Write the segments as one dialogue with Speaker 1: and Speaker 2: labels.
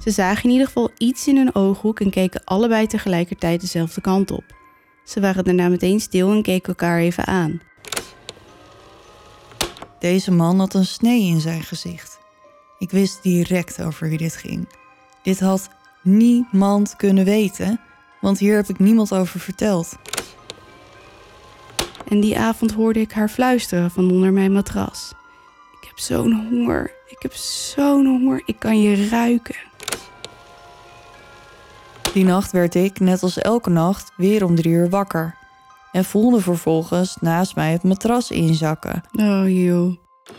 Speaker 1: Ze zagen in ieder geval iets in hun ooghoek en keken allebei tegelijkertijd dezelfde kant op. Ze waren daarna meteen stil en keken elkaar even aan.
Speaker 2: Deze man had een snee in zijn gezicht. Ik wist direct over wie dit ging. Dit had niemand kunnen weten, want hier heb ik niemand over verteld.
Speaker 1: En die avond hoorde ik haar fluisteren van onder mijn matras. Ik heb zo'n honger. Ik heb zo'n honger. Ik kan je ruiken.
Speaker 2: Die nacht werd ik, net als elke nacht, weer om 3 uur wakker. En voelde vervolgens naast mij het matras inzakken.
Speaker 1: Oh joh.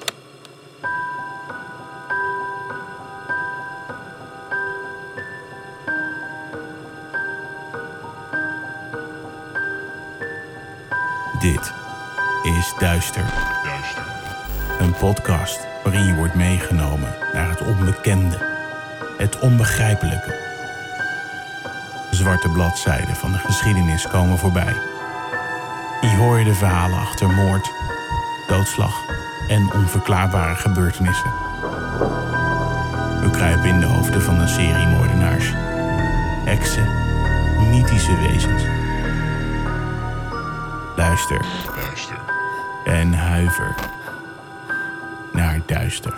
Speaker 3: Dit is Duister. Een podcast waarin je wordt meegenomen naar het onbekende, het onbegrijpelijke. Zwarte bladzijden van de geschiedenis komen voorbij. Hier hoor je de verhalen achter moord, doodslag en onverklaarbare gebeurtenissen. We kruipen in de hoofden van een serie moordenaars, heksen, mythische wezens. Luister en huiver naar Duister.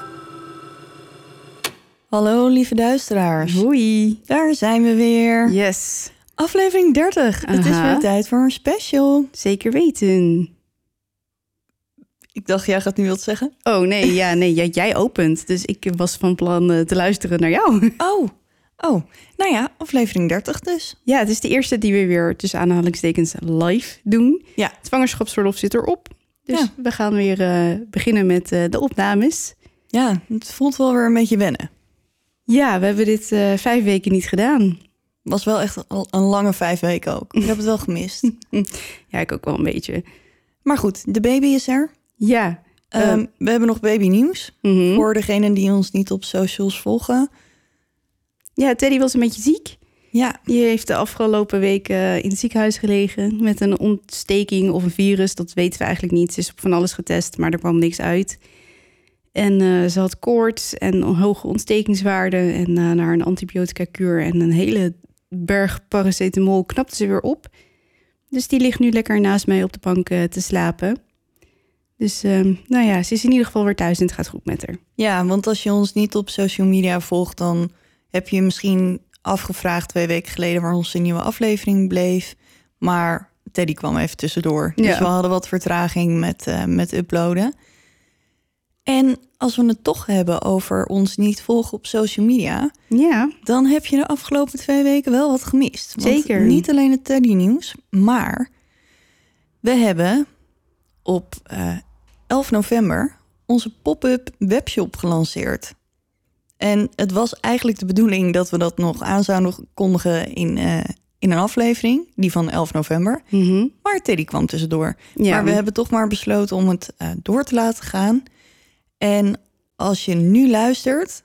Speaker 2: Hallo lieve duisteraars.
Speaker 1: Hoi.
Speaker 2: Daar zijn we weer.
Speaker 1: Yes.
Speaker 2: Aflevering 30. Het is weer tijd voor een special.
Speaker 1: Zeker weten.
Speaker 2: Ik dacht, jij gaat nu wat zeggen?
Speaker 1: Oh nee, jij opent. Dus ik was van plan te luisteren naar jou.
Speaker 2: Oh, nou ja, aflevering 30 dus.
Speaker 1: Ja, het is de eerste die we weer tussen aanhalingstekens live doen.
Speaker 2: Ja.
Speaker 1: Het zwangerschapsverlof zit erop. Dus
Speaker 2: Ja.
Speaker 1: we gaan weer beginnen met de opnames.
Speaker 2: Ja, het voelt wel weer een beetje wennen.
Speaker 1: Ja, we hebben dit 5 weken niet gedaan.
Speaker 2: Was wel echt al een lange 5 weken ook. Ik heb het wel gemist.
Speaker 1: Ja, ik ook wel een beetje.
Speaker 2: Maar goed, de baby is er.
Speaker 1: Ja.
Speaker 2: We hebben nog babynieuws.
Speaker 1: Mhm.
Speaker 2: Voor degenen die ons niet op socials volgen.
Speaker 1: Ja, Teddy was een beetje ziek.
Speaker 2: Ja,
Speaker 1: Die heeft de afgelopen weken in het ziekenhuis gelegen met een ontsteking of een virus. Dat weten we eigenlijk niet. Ze is op van alles getest, maar er kwam niks uit. En ze had koorts en hoge ontstekingswaarden. En naar een antibiotica-kuur en een hele berg paracetamol knapte ze weer op. Dus die ligt nu lekker naast mij op de bank te slapen. Dus nou ja, ze is in ieder geval weer thuis en het gaat goed met haar.
Speaker 2: ja, want als je ons niet op social media volgt, dan heb je misschien afgevraagd 2 weken geleden waar onze nieuwe aflevering bleef. Maar Teddy kwam even tussendoor. Dus
Speaker 1: Ja.
Speaker 2: we hadden wat vertraging met uploaden. En als we het toch hebben over ons niet volgen op social media,
Speaker 1: Ja,
Speaker 2: dan heb je de afgelopen 2 weken wel wat gemist. Want
Speaker 1: Zeker.
Speaker 2: niet alleen het Teddy nieuws, maar we hebben op 11 november onze pop-up webshop gelanceerd. En het was eigenlijk de bedoeling dat we dat nog aan zouden kondigen in een aflevering, die van 11 november.
Speaker 1: mhm.
Speaker 2: Maar Teddy kwam tussendoor.
Speaker 1: Ja.
Speaker 2: Maar we hebben toch maar besloten om het door te laten gaan. En als je nu luistert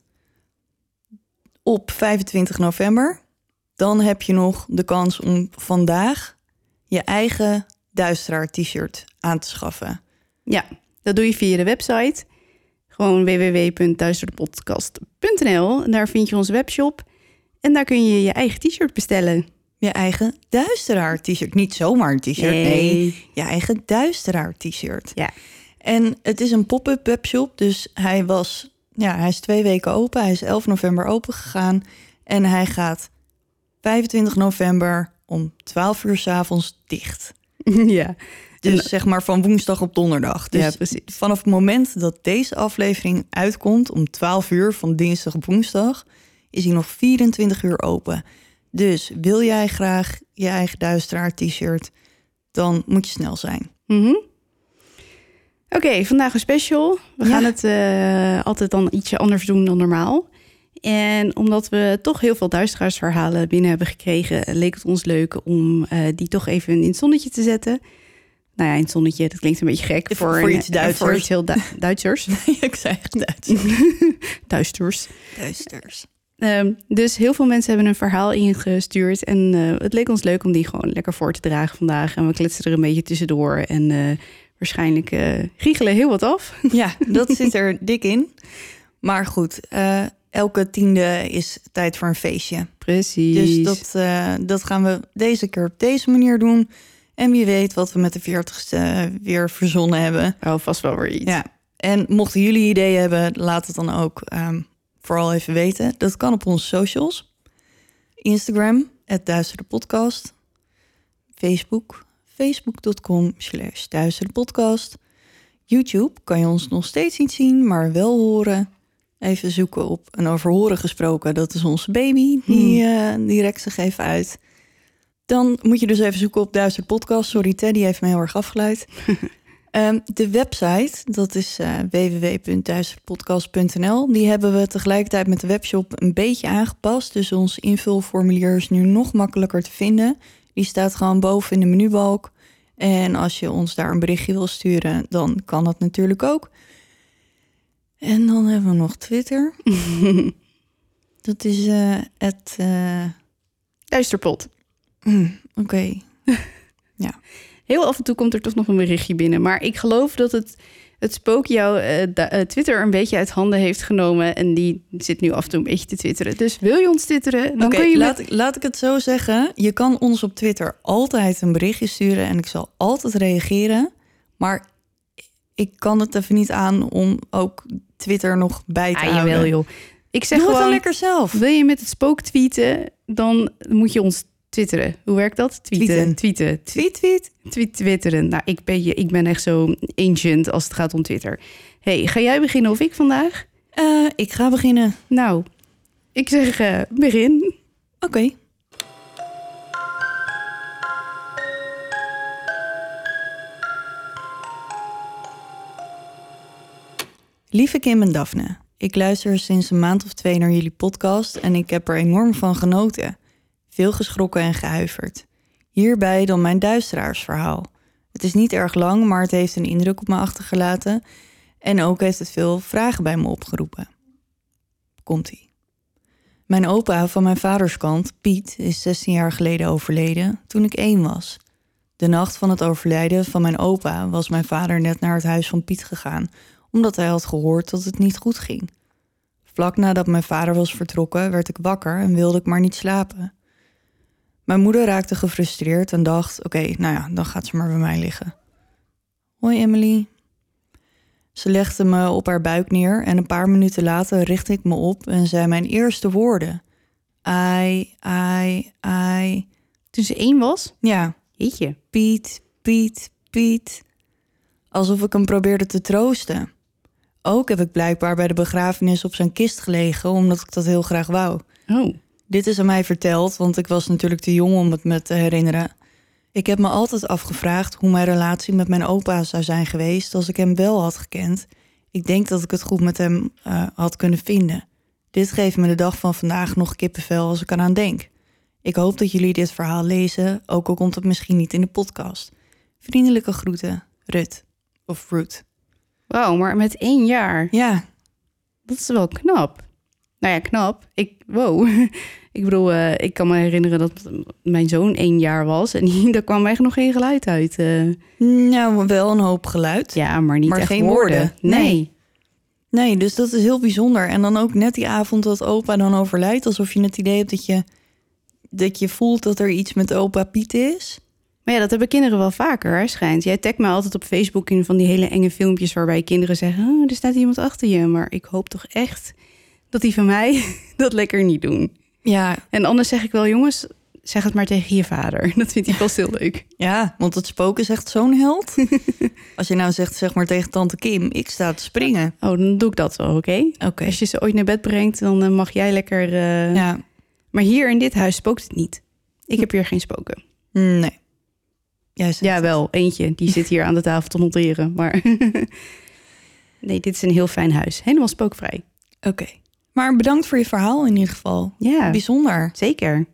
Speaker 2: op 25 november, dan heb je nog de kans om vandaag je eigen Duisteraar t-shirt aan te schaffen.
Speaker 1: Ja, dat doe je via de website. Gewoon www.duisterdepodcast.nl. En daar vind je onze webshop. En daar kun je je eigen t-shirt bestellen.
Speaker 2: Je eigen Duisteraar t-shirt. Niet zomaar een t-shirt, nee. Je eigen Duisteraar t-shirt.
Speaker 1: Ja.
Speaker 2: En het is een pop-up webshop, dus hij is 2 weken open. Hij is 11 november open gegaan en hij gaat 25 november om 12 uur 's avonds dicht.
Speaker 1: Ja.
Speaker 2: Dus zeg maar van woensdag op donderdag. Dus
Speaker 1: Ja, precies.
Speaker 2: vanaf het moment dat deze aflevering uitkomt om 12 uur van dinsdag op woensdag, is hij nog 24 uur open. Dus wil jij graag je eigen Duisteraar t-shirt, dan moet je snel zijn.
Speaker 1: Mhm. Oké, vandaag een special. We
Speaker 2: Ja.
Speaker 1: gaan het altijd dan ietsje anders doen dan normaal. En omdat we toch heel veel duisteraarsverhalen binnen hebben gekregen, leek het ons leuk om die toch even in het zonnetje te zetten. Nou ja, in het zonnetje, dat klinkt een beetje gek.
Speaker 2: Voor iets Duitsers.
Speaker 1: Voor iets heel Duitsers.
Speaker 2: Ik zei echt Duits.
Speaker 1: Duisters.
Speaker 2: Duisters.
Speaker 1: Dus heel veel mensen hebben een verhaal ingestuurd. En het leek ons leuk om die gewoon lekker voor te dragen vandaag. En we kletsen er een beetje tussendoor. En waarschijnlijk giechelen heel wat af.
Speaker 2: Ja, dat zit er dik in. Maar goed, elke 10e is tijd voor een feestje.
Speaker 1: Precies.
Speaker 2: Dus dat gaan we deze keer op deze manier doen. En wie weet wat we met de 40ste weer verzonnen hebben.
Speaker 1: Oh, vast wel weer iets.
Speaker 2: Ja. En mochten jullie ideeën hebben, laat het dan ook vooral even weten. Dat kan op onze socials. Instagram, @duisterdepodcast. Facebook, facebook.com/duisterdepodcast. YouTube kan je ons nog steeds niet zien, maar wel horen. Even zoeken op een over horen gesproken. Dat is onze baby, die rekt zich even uit. Dan moet je dus even zoeken op Duister Podcast. Sorry, Teddy heeft me heel erg afgeleid. De website, dat is www.duisterpodcast.nl. Die hebben we tegelijkertijd met de webshop een beetje aangepast. Dus ons invulformulier is nu nog makkelijker te vinden. Die staat gewoon boven in de menubalk. En als je ons daar een berichtje wil sturen, dan kan dat natuurlijk ook. En dan hebben we nog Twitter. Dat is
Speaker 1: Duisterpot.
Speaker 2: Oké. Ja.
Speaker 1: Heel af en toe komt er toch nog een berichtje binnen. Maar ik geloof dat het spook jou Twitter een beetje uit handen heeft genomen. En die zit nu af en toe een beetje te twitteren. Dus wil je ons twitteren, dan kun je...
Speaker 2: Laat ik het zo zeggen. Je kan ons op Twitter altijd een berichtje sturen. En ik zal altijd reageren. Maar ik kan het even niet aan om ook Twitter nog bij te houden.
Speaker 1: Jawel, joh. Ik zeg
Speaker 2: Doe
Speaker 1: gewoon,
Speaker 2: het dan lekker zelf.
Speaker 1: wil je met het spook tweeten, dan moet je ons twitteren. Hoe werkt dat? Tweeten. Twitteren. Nou, ik ben echt zo ancient als het gaat om Twitter. Hey, ga jij beginnen of ik vandaag?
Speaker 2: Ik ga beginnen.
Speaker 1: Nou, ik zeg begin.
Speaker 2: Oké. Lieve Kim en Daphne, ik luister sinds een maand of 2 naar jullie podcast en ik heb er enorm van genoten. Veel geschrokken en gehuiverd. Hierbij dan mijn duisteraarsverhaal. Het is niet erg lang, maar het heeft een indruk op me achtergelaten. En ook heeft het veel vragen bij me opgeroepen. Komt-ie. Mijn opa van mijn vaders kant, Piet, is 16 jaar geleden overleden toen ik 1 was. De nacht van het overlijden van mijn opa was mijn vader net naar het huis van Piet gegaan, omdat hij had gehoord dat het niet goed ging. Vlak nadat mijn vader was vertrokken, werd ik wakker en wilde ik maar niet slapen. Mijn moeder raakte gefrustreerd en dacht, oké, nou ja, dan gaat ze maar bij mij liggen. Hoi Emily. Ze legde me op haar buik neer en een paar minuten later richtte ik me op en zei mijn eerste woorden. Ai.
Speaker 1: Toen ze 1 was?
Speaker 2: Ja.
Speaker 1: Jeetje.
Speaker 2: Piet. Alsof ik hem probeerde te troosten. Ook heb ik blijkbaar bij de begrafenis op zijn kist gelegen, omdat ik dat heel graag wou.
Speaker 1: Oh.
Speaker 2: Dit is aan mij verteld, want ik was natuurlijk te jong om het me te herinneren. Ik heb me altijd afgevraagd hoe mijn relatie met mijn opa zou zijn geweest als ik hem wel had gekend. Ik denk dat ik het goed met hem had kunnen vinden. Dit geeft me de dag van vandaag nog kippenvel als ik eraan denk. Ik hoop dat jullie dit verhaal lezen, ook al komt het misschien niet in de podcast. Vriendelijke groeten, Rut. Of Ruth.
Speaker 1: Wauw, maar met 1 jaar.
Speaker 2: Ja.
Speaker 1: Dat is wel knap. Nou ja, knap. Ik bedoel, ik kan me herinneren dat mijn zoon 1 jaar was. En daar kwam echt nog geen geluid uit.
Speaker 2: Nou, wel een hoop geluid.
Speaker 1: Ja, maar niet echt
Speaker 2: geen
Speaker 1: woorden.
Speaker 2: Nee, dus dat is heel bijzonder. En dan ook net die avond dat opa dan overlijdt. Alsof je het idee hebt dat je voelt dat er iets met opa Piet is.
Speaker 1: Maar ja, dat hebben kinderen wel vaker, hè, schijnt. Jij tagt me altijd op Facebook in van die hele enge filmpjes waarbij kinderen zeggen, oh, er staat iemand achter je. Maar ik hoop toch echt dat die van mij dat lekker niet doen.
Speaker 2: Ja.
Speaker 1: En anders zeg ik wel, jongens, zeg het maar tegen je vader. Dat vindt hij vast heel leuk.
Speaker 2: Ja, want het spook is echt zo'n held. Als je nou zegt, zeg maar tegen tante Kim, ik sta te springen.
Speaker 1: Oh, dan doe ik dat wel, oké?
Speaker 2: Oké.
Speaker 1: Als je ze ooit naar bed brengt, dan mag jij lekker...
Speaker 2: Ja.
Speaker 1: Maar hier in dit huis spookt het niet. Ik heb hier geen spoken.
Speaker 2: Nee.
Speaker 1: Ja, wel, eentje. Die zit hier aan de tafel te noteren. Maar nee, dit is een heel fijn huis. Helemaal spookvrij.
Speaker 2: Oké. Maar bedankt voor je verhaal in ieder geval.
Speaker 1: Ja.
Speaker 2: Bijzonder.
Speaker 1: Zeker.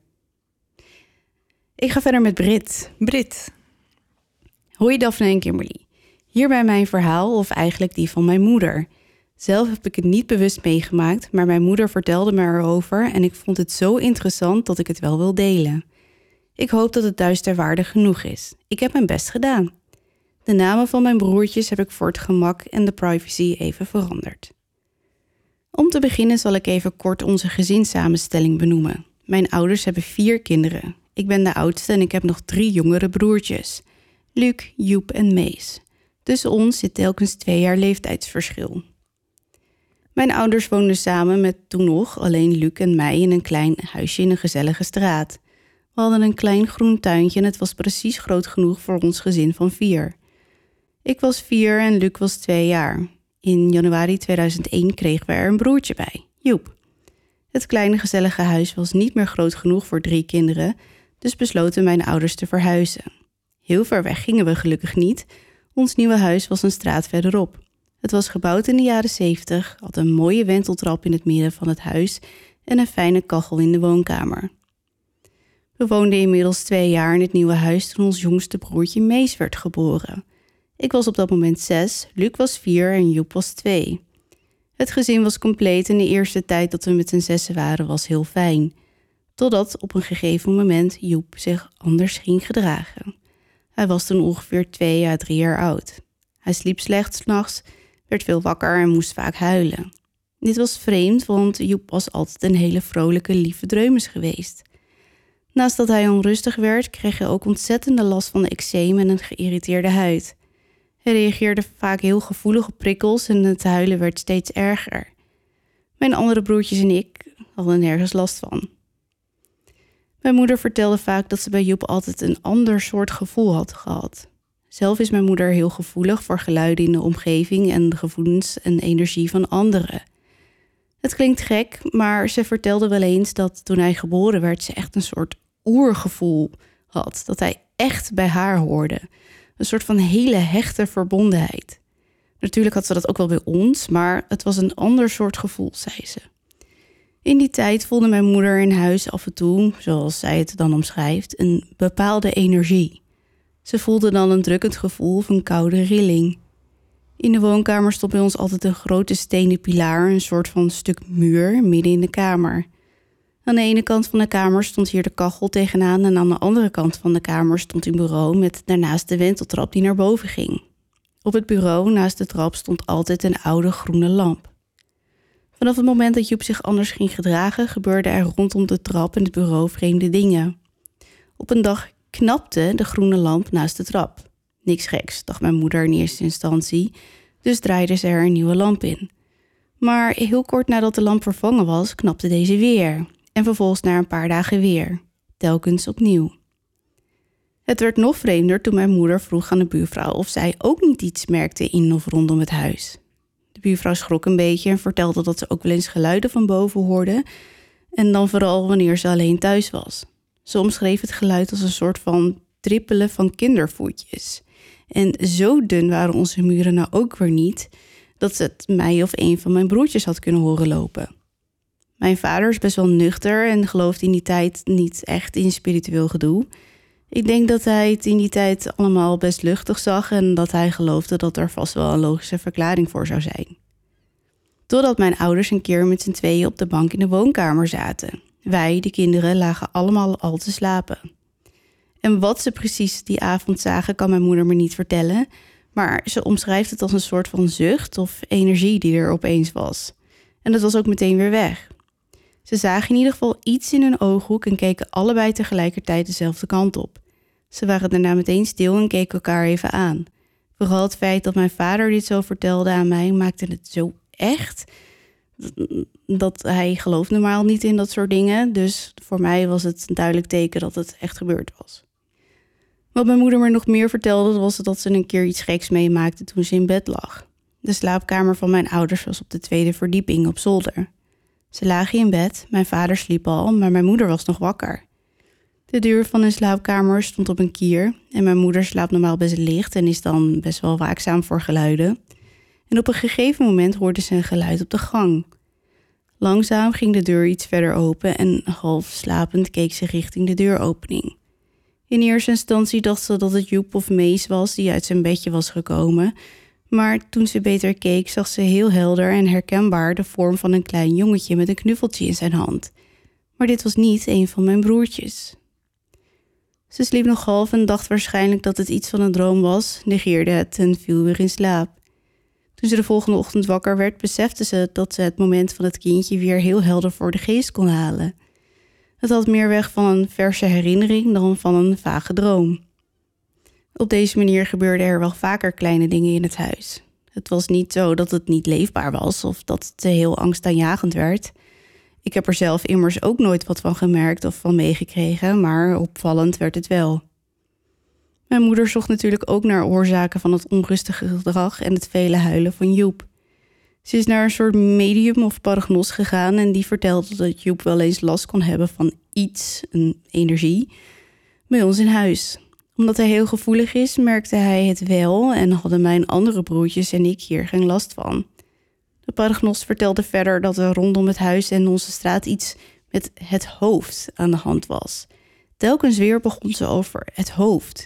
Speaker 1: Ik ga verder met Brit. Hoi Daphne en Kimberly. Hierbij mijn verhaal, of eigenlijk die van mijn moeder. Zelf heb ik het niet bewust meegemaakt, maar mijn moeder vertelde me erover en ik vond het zo interessant dat ik het wel wil delen. Ik hoop dat het duisterwaardig genoeg is. Ik heb mijn best gedaan. De namen van mijn broertjes heb ik voor het gemak en de privacy even veranderd. Om te beginnen zal ik even kort onze gezinssamenstelling benoemen. Mijn ouders hebben 4 kinderen. Ik ben de oudste en ik heb nog 3 jongere broertjes. Luc, Joep en Mees. Tussen ons zit telkens 2 jaar leeftijdsverschil. Mijn ouders woonden samen met toen nog alleen Luc en mij in een klein huisje in een gezellige straat. We hadden een klein groen tuintje en het was precies groot genoeg voor ons gezin van 4. Ik was 4 en Luc was 2 jaar. In januari 2001 kregen we er een broertje bij, Joep. Het kleine gezellige huis was niet meer groot genoeg voor 3 kinderen, dus besloten mijn ouders te verhuizen. Heel ver weg gingen we gelukkig niet. Ons nieuwe huis was een straat verderop. Het was gebouwd in de jaren 70, had een mooie wenteltrap in het midden van het huis en een fijne kachel in de woonkamer. We woonden inmiddels 2 jaar in het nieuwe huis toen ons jongste broertje Mees werd geboren. Ik was op dat moment 6, Luc was 4 en Joep was 2. Het gezin was compleet en de eerste tijd dat we met z'n 6 waren was heel fijn. Totdat op een gegeven moment Joep zich anders ging gedragen. Hij was toen ongeveer 2 à 3 jaar oud. Hij sliep slecht 's nachts, werd veel wakker en moest vaak huilen. Dit was vreemd, want Joep was altijd een hele vrolijke, lieve dreumes geweest. Naast dat hij onrustig werd, kreeg hij ook ontzettende last van eczeem en een geïrriteerde huid. Hij reageerde vaak heel gevoelig op prikkels en het huilen werd steeds erger. Mijn andere broertjes en ik hadden nergens last van. Mijn moeder vertelde vaak dat ze bij Joep altijd een ander soort gevoel had gehad. Zelf is mijn moeder heel gevoelig voor geluiden in de omgeving en de gevoelens en energie van anderen. Het klinkt gek, maar ze vertelde wel eens dat toen hij geboren werd ze echt een soort oergevoel had. Dat hij echt bij haar hoorde. Een soort van hele hechte verbondenheid. Natuurlijk had ze dat ook wel bij ons, maar het was een ander soort gevoel, zei ze. In die tijd voelde mijn moeder in huis af en toe, zoals zij het dan omschrijft, een bepaalde energie. Ze voelde dan een drukkend gevoel of een koude rilling. In de woonkamer stond bij ons altijd een grote stenen pilaar, een soort van stuk muur midden in de kamer. Aan de ene kant van de kamer stond hier de kachel tegenaan en aan de andere kant van de kamer stond een bureau met daarnaast de wenteltrap die naar boven ging. Op het bureau naast de trap stond altijd een oude groene lamp. Vanaf het moment dat Joep zich anders ging gedragen, gebeurde er rondom de trap en het bureau vreemde dingen. Op een dag knapte de groene lamp naast de trap. Niks geks, dacht mijn moeder in eerste instantie, dus draaide ze er een nieuwe lamp in. Maar heel kort nadat de lamp vervangen was, knapte deze weer. En vervolgens na een paar dagen weer, telkens opnieuw. Het werd nog vreemder toen mijn moeder vroeg aan de buurvrouw of zij ook niet iets merkte in of rondom het huis. De buurvrouw schrok een beetje en vertelde dat ze ook wel eens geluiden van boven hoorde en dan vooral wanneer ze alleen thuis was. Ze omschreef het geluid als een soort van trippelen van kindervoetjes. En zo dun waren onze muren nou ook weer niet dat ze het mij of een van mijn broertjes had kunnen horen lopen. Mijn vader is best wel nuchter en geloofde in die tijd niet echt in spiritueel gedoe. Ik denk dat hij het in die tijd allemaal best luchtig zag en dat hij geloofde dat er vast wel een logische verklaring voor zou zijn. Totdat mijn ouders een keer met z'n tweeën op de bank in de woonkamer zaten. Wij, de kinderen, lagen allemaal al te slapen. En wat ze precies die avond zagen kan mijn moeder me niet vertellen, maar ze omschrijft het als een soort van zucht of energie die er opeens was. En dat was ook meteen weer weg. Ze zagen in ieder geval iets in hun ooghoek en keken allebei tegelijkertijd dezelfde kant op. Ze waren daarna meteen stil en keken elkaar even aan. Vooral het feit dat mijn vader dit zo vertelde aan mij maakte het zo echt. Dat hij gelooft normaal niet in dat soort dingen. Dus voor mij was het een duidelijk teken dat het echt gebeurd was. Wat mijn moeder me nog meer vertelde was dat ze een keer iets geks meemaakte toen ze in bed lag. De slaapkamer van mijn ouders was op de 2e verdieping op zolder. Ze lagen in bed, mijn vader sliep al, maar mijn moeder was nog wakker. De deur van hun slaapkamer stond op een kier en mijn moeder slaapt normaal best licht en is dan best wel waakzaam voor geluiden. En op een gegeven moment hoorde ze een geluid op de gang. Langzaam ging de deur iets verder open en half slapend keek ze richting de deuropening. In eerste instantie dacht ze dat het Joep of Mees was die uit zijn bedje was gekomen, maar toen ze beter keek zag ze heel helder en herkenbaar de vorm van een klein jongetje met een knuffeltje in zijn hand. Maar dit was niet een van mijn broertjes. Ze sliep nog half en dacht waarschijnlijk dat het iets van een droom was, negeerde het en viel weer in slaap. Toen ze de volgende ochtend wakker werd, besefte ze dat ze het moment van het kindje weer heel helder voor de geest kon halen. Het had meer weg van een verse herinnering dan van een vage droom. Op deze manier gebeurden er wel vaker kleine dingen in het huis. Het was niet zo dat het niet leefbaar was of dat het heel angstaanjagend werd. Ik heb er zelf immers ook nooit wat van gemerkt of van meegekregen, maar opvallend werd het wel. Mijn moeder zocht natuurlijk ook naar oorzaken van het onrustige gedrag en het vele huilen van Joep. Ze is naar een soort medium of paragnos gegaan en die vertelde dat Joep wel eens last kon hebben van iets, een energie, bij ons in huis. Omdat hij heel gevoelig is, merkte hij het wel en hadden mijn andere broertjes en ik hier geen last van. De paragnost vertelde verder dat er rondom het huis en onze straat iets met het hoofd aan de hand was. Telkens weer begon ze over het hoofd.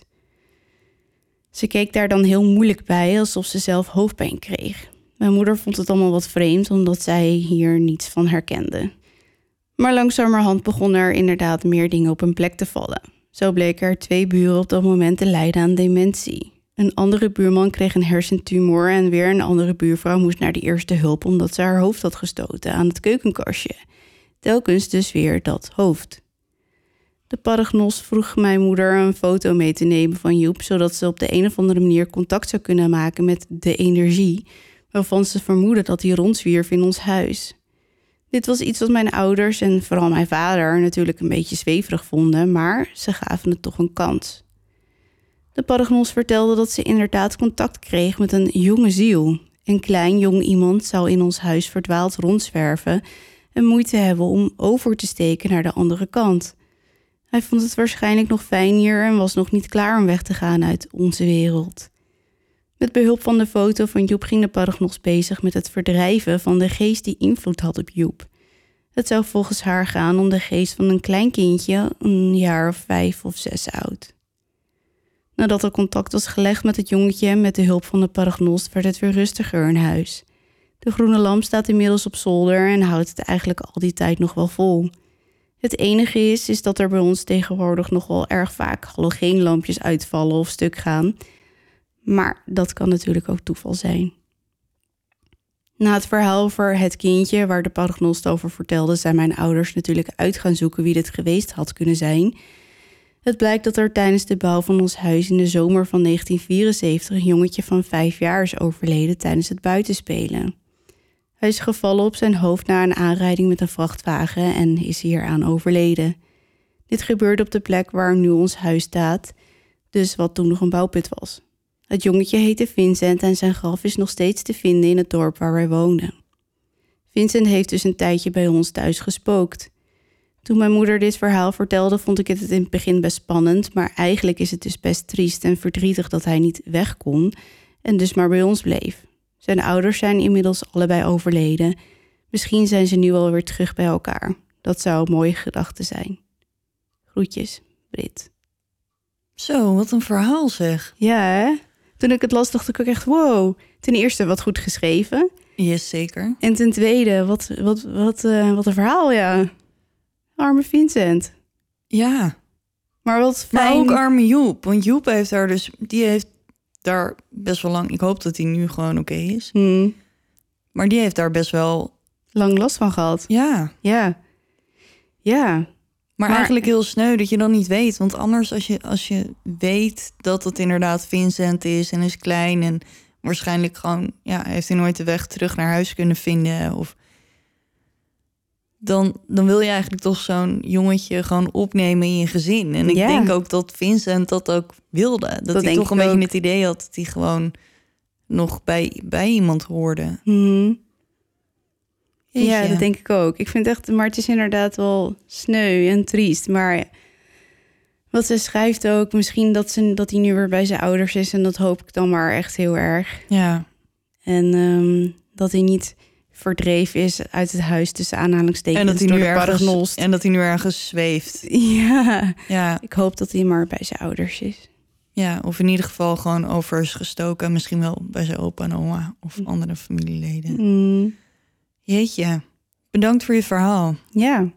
Speaker 1: Ze keek daar dan heel moeilijk bij, alsof ze zelf hoofdpijn kreeg. Mijn moeder vond het allemaal wat vreemd, omdat zij hier niets van herkende. Maar langzamerhand begonnen er inderdaad meer dingen op hun plek te vallen. Zo bleken er 2 buren op dat moment te lijden aan dementie. Een andere buurman kreeg een hersentumor en weer een andere buurvrouw moest naar de eerste hulp omdat ze haar hoofd had gestoten aan het keukenkastje. Telkens dus weer dat hoofd. De paragnos vroeg mijn moeder een foto mee te nemen van Joep, zodat ze op de een of andere manier contact zou kunnen maken met de energie, waarvan ze vermoedde dat die rondzwierf in ons huis. Dit was iets wat mijn ouders en vooral mijn vader natuurlijk een beetje zweverig vonden, maar ze gaven het toch een kans. De paragnos vertelde dat ze inderdaad contact kreeg met een jonge ziel. Een klein jong iemand zou in ons huis verdwaald rondzwerven en moeite hebben om over te steken naar de andere kant. Hij vond het waarschijnlijk nog fijn hier en was nog niet klaar om weg te gaan uit onze wereld. Met behulp van de foto van Joep ging de paragnos bezig met het verdrijven van de geest die invloed had op Joep. Het zou volgens haar gaan om de geest van een klein kindje, een jaar of 5 of 6 oud. Nadat er contact was gelegd met het jongetje met de hulp van de paragnos, werd het weer rustiger in huis. De groene lamp staat inmiddels op zolder en houdt het eigenlijk al die tijd nog wel vol. Het enige is dat er bij ons tegenwoordig nog wel erg vaak halogeenlampjes uitvallen of stuk gaan. Maar dat kan natuurlijk ook toeval zijn. Na het verhaal over het kindje waar de paragnost over vertelde, zijn mijn ouders natuurlijk uit gaan zoeken wie dit geweest had kunnen zijn. Het blijkt dat er tijdens de bouw van ons huis in de zomer van 1974 een jongetje van 5 jaar is overleden tijdens het buitenspelen. Hij is gevallen op zijn hoofd na een aanrijding met een vrachtwagen en is hieraan overleden. Dit gebeurde op de plek waar nu ons huis staat, dus wat toen nog een bouwput was. Het jongetje heette Vincent en zijn graf is nog steeds te vinden in het dorp waar wij wonen. Vincent heeft dus een tijdje bij ons thuis gespookt. Toen mijn moeder dit verhaal vertelde, vond ik het in het begin best spannend, maar eigenlijk is het dus best triest en verdrietig dat hij niet weg kon en dus maar bij ons bleef. Zijn ouders zijn inmiddels allebei overleden. Misschien zijn ze nu alweer terug bij elkaar. Dat zou een mooie gedachte zijn. Groetjes, Brit.
Speaker 2: Zo, wat een verhaal zeg.
Speaker 1: Ja, hè? Toen ik het las, dacht ik ook echt, wow. Ten eerste, wat goed geschreven.
Speaker 2: Yes, zeker.
Speaker 1: En ten tweede, wat een verhaal, ja. Arme Vincent.
Speaker 2: Ja.
Speaker 1: Maar wat fijn.
Speaker 2: Maar ook arme Joep. Want Joep heeft die heeft daar best wel lang... Ik hoop dat hij nu gewoon oké is. Maar die heeft daar best wel...
Speaker 1: lang last van gehad.
Speaker 2: Ja.
Speaker 1: Ja. Ja.
Speaker 2: Maar eigenlijk heel sneu dat je dan niet weet. Want anders als je weet dat het inderdaad Vincent is en is klein... en waarschijnlijk gewoon... ja, heeft hij nooit de weg terug naar huis kunnen vinden... of dan wil je eigenlijk toch zo'n jongetje gewoon opnemen in je gezin. En ik denk ook dat Vincent dat ook wilde. Dat hij toch een beetje het idee had dat hij gewoon nog bij iemand hoorde.
Speaker 1: Ja, dat denk ik ook. Ik vind echt, maar het is inderdaad wel sneu en triest. Maar wat ze schrijft ook, misschien dat hij nu weer bij zijn ouders is. En dat hoop ik dan maar echt heel erg.
Speaker 2: Ja.
Speaker 1: En dat hij niet verdreven is uit het huis tussen aanhalingstekens.
Speaker 2: En dat hij nu ergens zweeft.
Speaker 1: Ja, ik hoop dat hij maar bij zijn ouders is.
Speaker 2: Ja, of in ieder geval gewoon over is gestoken. Misschien wel bij zijn opa en oma of andere familieleden. Jeetje, bedankt voor je verhaal.
Speaker 1: Ja.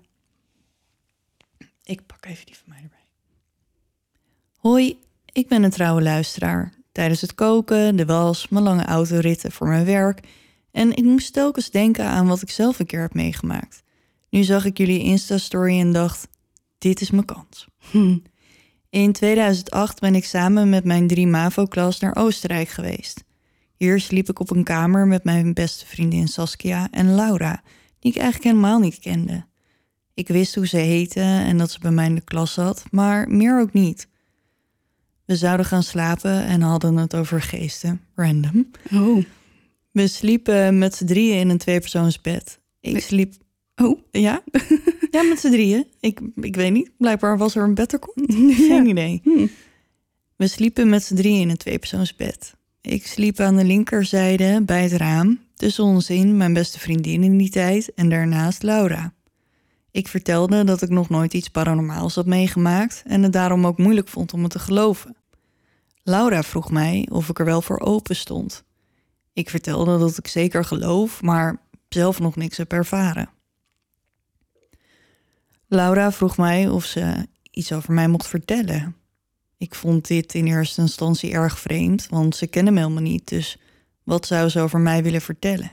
Speaker 2: Ik pak even die van mij erbij. Hoi, ik ben een trouwe luisteraar. Tijdens het koken, de was, mijn lange autoritten voor mijn werk. En ik moest telkens denken aan wat ik zelf een keer heb meegemaakt. Nu zag ik jullie Insta-story en dacht, dit is mijn kans. In 2008 ben ik samen met mijn 3 MAVO-klas naar Oostenrijk geweest. Hier sliep ik op een kamer met mijn beste vriendin Saskia en Laura, die ik eigenlijk helemaal niet kende. Ik wist hoe ze heette en dat ze bij mij in de klas zat, maar meer ook niet. We zouden gaan slapen en hadden het over geesten, random.
Speaker 1: Oh.
Speaker 2: We sliepen met z'n drieën in een 2-persoonsbed. Ik sliep...
Speaker 1: Oh.
Speaker 2: Ja? Ja, met z'n drieën. Ik weet niet. Blijkbaar was er een bedtekort. Geen idee. We sliepen met z'n drieën in een 2-persoonsbed. Ik sliep aan de linkerzijde bij het raam. Tussen ons in mijn beste vriendin in die tijd en daarnaast Laura. Ik vertelde dat ik nog nooit iets paranormaals had meegemaakt en het daarom ook moeilijk vond om het te geloven. Laura vroeg mij of ik er wel voor open stond. Ik vertelde dat ik zeker geloof, maar zelf nog niks heb ervaren. Laura vroeg mij of ze iets over mij mocht vertellen. Ik vond dit in eerste instantie erg vreemd, want ze kende me helemaal niet, dus wat zou ze over mij willen vertellen?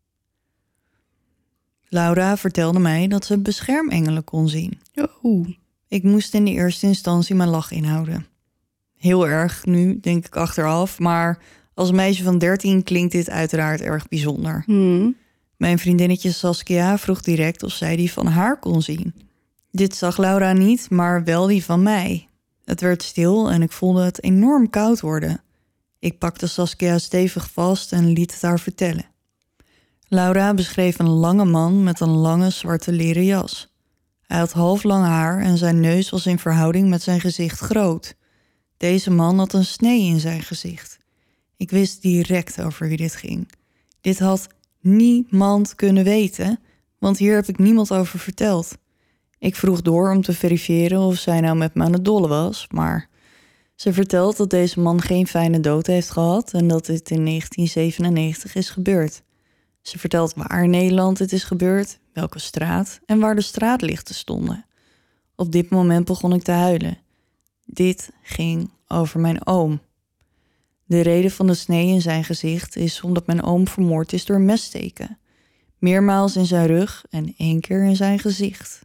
Speaker 2: Laura vertelde mij dat ze beschermengelen kon zien.
Speaker 1: Oh.
Speaker 2: Ik moest in de eerste instantie mijn lach inhouden. Heel erg nu, denk ik achteraf, maar als meisje van 13 klinkt dit uiteraard erg bijzonder. Mijn vriendinnetje Saskia vroeg direct of zij die van haar kon zien. Dit zag Laura niet, maar wel die van mij. Het werd stil en ik voelde het enorm koud worden. Ik pakte Saskia stevig vast en liet het haar vertellen. Laura beschreef een lange man met een lange zwarte leren jas. Hij had halflang haar en zijn neus was in verhouding met zijn gezicht groot. Deze man had een snee in zijn gezicht. Ik wist direct over wie dit ging. Dit had niemand kunnen weten, want hier heb ik niemand over verteld. Ik vroeg door om te verifiëren of zij nou met me aan het dolle was, maar ze vertelt dat deze man geen fijne dood heeft gehad en dat dit in 1997 is gebeurd. Ze vertelt waar in Nederland het is gebeurd, welke straat en waar de straatlichten stonden. Op dit moment begon ik te huilen. Dit ging over mijn oom. De reden van de snee in zijn gezicht is omdat mijn oom vermoord is door messteken. Meermaals in zijn rug en 1 keer in zijn gezicht.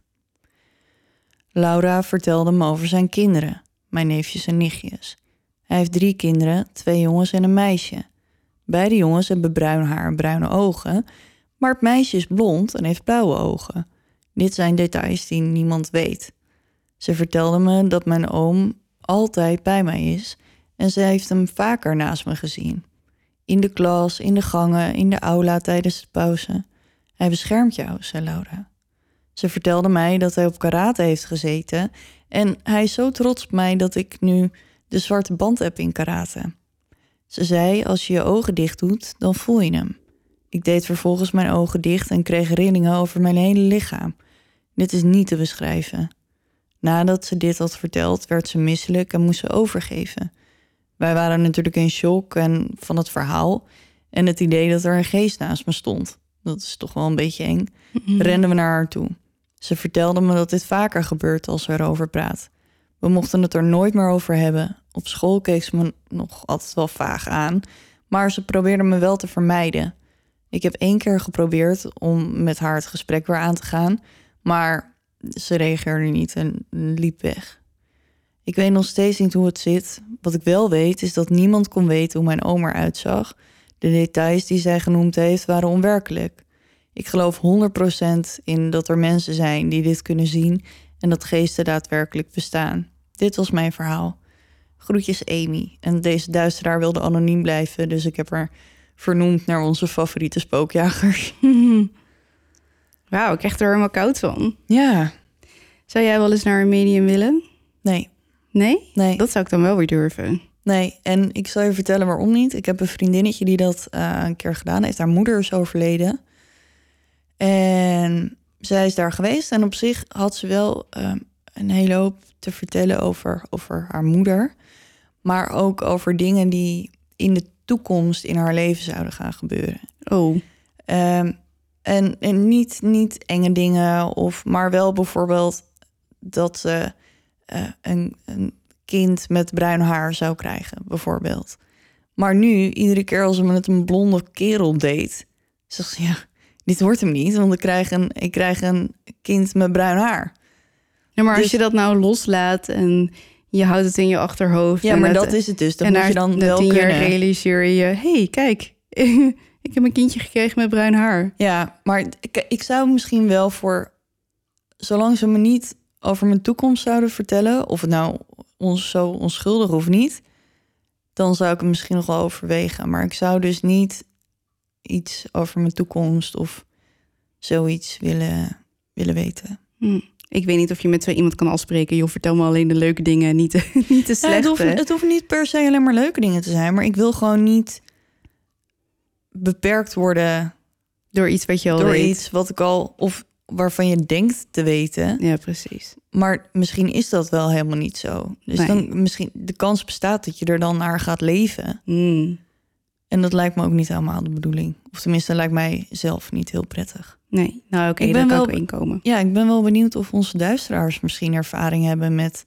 Speaker 2: Laura vertelde me over zijn kinderen, mijn neefjes en nichtjes. Hij heeft 3 kinderen, 2 jongens en een meisje. Beide jongens hebben bruin haar en bruine ogen, maar het meisje is blond en heeft blauwe ogen. Dit zijn details die niemand weet. Ze vertelde me dat mijn oom altijd bij mij is en ze heeft hem vaker naast me gezien. In de klas, in de gangen, in de aula tijdens de pauze. Hij beschermt jou, zei Laura. Ze vertelde mij dat hij op karate heeft gezeten en hij is zo trots op mij dat ik nu de zwarte band heb in karate. Ze zei, als je je ogen dicht doet, dan voel je hem. Ik deed vervolgens mijn ogen dicht en kreeg rillingen over mijn hele lichaam. Dit is niet te beschrijven. Nadat ze dit had verteld, werd ze misselijk en moest ze overgeven. Wij waren natuurlijk in shock van het verhaal en het idee dat er een geest naast me stond. Dat is toch wel een beetje eng. Renden we naar haar toe. Ze vertelde me dat dit vaker gebeurt als ze erover praat. We mochten het er nooit meer over hebben. Op school keek ze me nog altijd wel vaag aan, maar ze probeerde me wel te vermijden. Ik heb 1 keer geprobeerd om met haar het gesprek weer aan te gaan, maar ze reageerde niet en liep weg. Ik weet nog steeds niet hoe het zit. Wat ik wel weet is dat niemand kon weten hoe mijn oom eruit zag. De details die zij genoemd heeft waren onwerkelijk. Ik geloof 100% in dat er mensen zijn die dit kunnen zien en dat geesten daadwerkelijk bestaan. Dit was mijn verhaal. Groetjes Amy. En deze duisteraar wilde anoniem blijven, dus ik heb haar vernoemd naar onze favoriete spookjagers.
Speaker 1: Wauw, ik krijg er helemaal koud van.
Speaker 2: Ja.
Speaker 1: Zou jij wel eens naar een medium willen?
Speaker 2: Nee.
Speaker 1: Nee?
Speaker 2: Nee.
Speaker 1: Dat zou ik dan wel weer durven.
Speaker 2: Nee, en ik zal je vertellen waarom niet. Ik heb een vriendinnetje die dat een keer gedaan heeft. Haar moeder is overleden. En zij is daar geweest. En op zich had ze wel een hele hoop te vertellen over haar moeder. Maar ook over dingen die in de toekomst in haar leven zouden gaan gebeuren.
Speaker 1: Oh.
Speaker 2: En niet enge dingen, maar wel bijvoorbeeld dat ze een kind met bruin haar zou krijgen, bijvoorbeeld. Maar nu, iedere keer als ze me met een blonde kerel deed, zegt ze, ja, dit wordt hem niet, want ik krijg een kind met bruin haar.
Speaker 1: Ja, maar
Speaker 2: Dus-
Speaker 1: als je dat nou loslaat en je houdt het in je achterhoofd.
Speaker 2: Ja,
Speaker 1: en
Speaker 2: maar
Speaker 1: het-
Speaker 2: dat is het dus. Dat
Speaker 1: en
Speaker 2: moet je dan
Speaker 1: na
Speaker 2: wel
Speaker 1: 10 jaar
Speaker 2: kunnen.
Speaker 1: realiseer je, hey, kijk, ik heb een kindje gekregen met bruin haar.
Speaker 2: Ja, maar ik zou misschien wel zolang ze me niet over mijn toekomst zouden vertellen, of het nou zo onschuldig of niet, dan zou ik het misschien nog wel overwegen. Maar ik zou dus niet iets over mijn toekomst of zoiets willen weten.
Speaker 1: Ik weet niet of je met zo iemand kan afspreken. Joh, vertel me alleen de leuke dingen, niet de, niet de
Speaker 2: Ja,
Speaker 1: slechte.
Speaker 2: het hoeft niet per se alleen maar leuke dingen te zijn, maar ik wil gewoon niet beperkt worden
Speaker 1: Door iets wat je al
Speaker 2: door
Speaker 1: weet.
Speaker 2: iets wat ik al, of waarvan je denkt te weten.
Speaker 1: Ja, precies.
Speaker 2: Maar misschien is dat wel helemaal niet zo. Dus
Speaker 1: Nee.
Speaker 2: dan misschien de kans bestaat dat je er dan naar gaat leven. En dat lijkt me ook niet helemaal de bedoeling. Of tenminste, lijkt mij zelf niet heel prettig.
Speaker 1: Nee, nou oké,
Speaker 2: Ik
Speaker 1: daar
Speaker 2: ben
Speaker 1: kan
Speaker 2: wel-
Speaker 1: ik wel inkomen.
Speaker 2: Ja, ik ben wel benieuwd of onze luisteraars misschien ervaring hebben met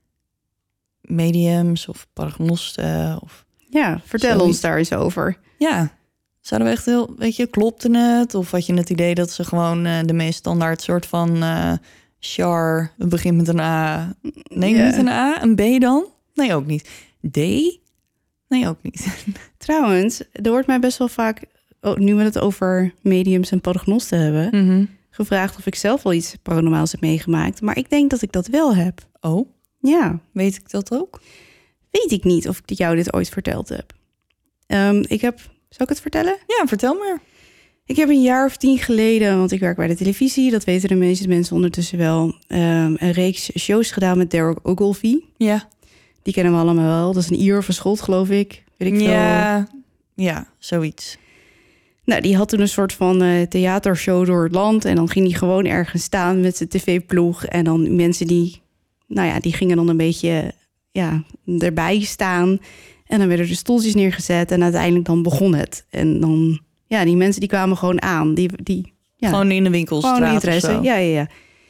Speaker 2: mediums of paragnosten. Of
Speaker 1: Ja, vertel
Speaker 2: Zoiets.
Speaker 1: ons daar eens over.
Speaker 2: ja, zouden we echt heel, klopte het? Of had je het idee dat ze gewoon de meest standaard soort van char, het begint met een A. Nee,
Speaker 1: Ja.
Speaker 2: niet een A, een B dan? Nee, ook niet. D? Nee, ook niet.
Speaker 1: Trouwens, er wordt mij best wel vaak, nu we het over mediums en paragnosten hebben, gevraagd of ik zelf wel iets paranormaals heb meegemaakt. Maar ik denk dat ik dat wel heb.
Speaker 2: Oh,
Speaker 1: Ja,
Speaker 2: weet ik dat ook?
Speaker 1: weet ik niet of ik jou dit ooit verteld heb. Zal ik het vertellen?
Speaker 2: Ja, vertel maar.
Speaker 1: Ik heb een jaar of 10 geleden, want ik werk bij de televisie, dat weten de meeste mensen ondertussen wel, een reeks shows gedaan met Derek Ogilvie.
Speaker 2: Ja.
Speaker 1: Die kennen we allemaal wel. Dat is een Ier of een Schot, geloof ik. Weet ik veel.
Speaker 2: Ja, zoiets.
Speaker 1: Nou, die had toen een soort van theatershow door het land. En dan ging hij gewoon ergens staan met zijn tv-ploeg. En dan mensen die gingen dan een beetje erbij staan. En dan werden er stoeltjes neergezet. En uiteindelijk dan begon het. En dan, die mensen die kwamen gewoon aan. Die
Speaker 2: Gewoon in de winkelstraat
Speaker 1: gewoon
Speaker 2: of
Speaker 1: interesse.
Speaker 2: zo.
Speaker 1: Ja.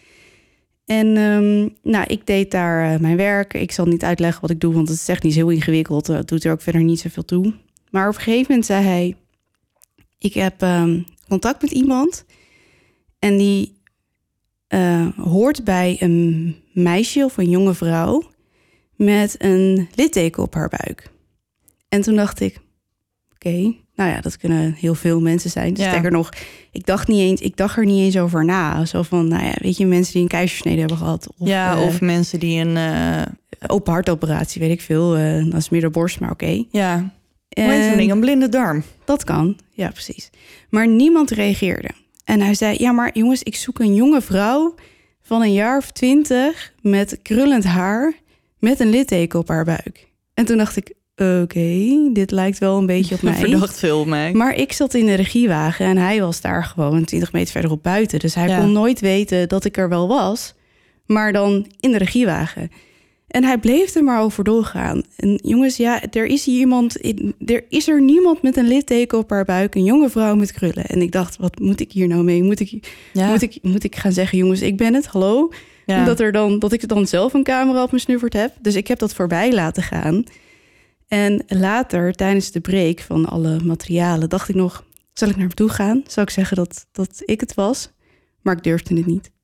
Speaker 1: En ik deed daar mijn werk. Ik zal niet uitleggen wat ik doe, want het is echt niet heel ingewikkeld. Dat doet er ook verder niet zoveel toe. Maar op een gegeven moment zei hij, ik heb contact met iemand en die hoort bij een meisje of een jonge vrouw met een litteken op haar buik. En toen dacht ik, oké, dat kunnen heel veel mensen zijn. Dus
Speaker 2: Ja.
Speaker 1: sterker nog, ik dacht er niet eens over na. Zo van, weet je, mensen die een keizersnede hebben gehad.
Speaker 2: Of mensen die een...
Speaker 1: open hartoperatie, weet ik veel. Dat is meer de borst, maar oké.
Speaker 2: Hoe heet zo'n ding? Een blinde darm.
Speaker 1: Dat kan, ja precies. Maar niemand reageerde. En hij zei, ja maar jongens, ik zoek een jonge vrouw van een jaar of 20 met krullend haar met een litteken op haar buik. En toen dacht ik, oké, dit lijkt wel een beetje op mij.
Speaker 2: Verdacht veel op mij.
Speaker 1: Maar ik zat in de regiewagen en hij was daar gewoon 20 meter verderop buiten. Dus hij kon nooit weten dat ik er wel was, maar dan in de regiewagen. En hij bleef er maar over doorgaan. En jongens, er is hier iemand. Er is er niemand met een litteken op haar buik. Een jonge vrouw met krullen. En ik dacht, wat moet ik hier nou mee? Moet ik gaan zeggen, jongens, ik ben het, hallo?
Speaker 2: Ja.
Speaker 1: En dat ik dan zelf een camera op me snufferd heb. Dus ik heb dat voorbij laten gaan. En later, tijdens de break van alle materialen, dacht ik nog, zal ik naar hem toe gaan? Zal ik zeggen dat ik het was? Maar ik durfde het niet.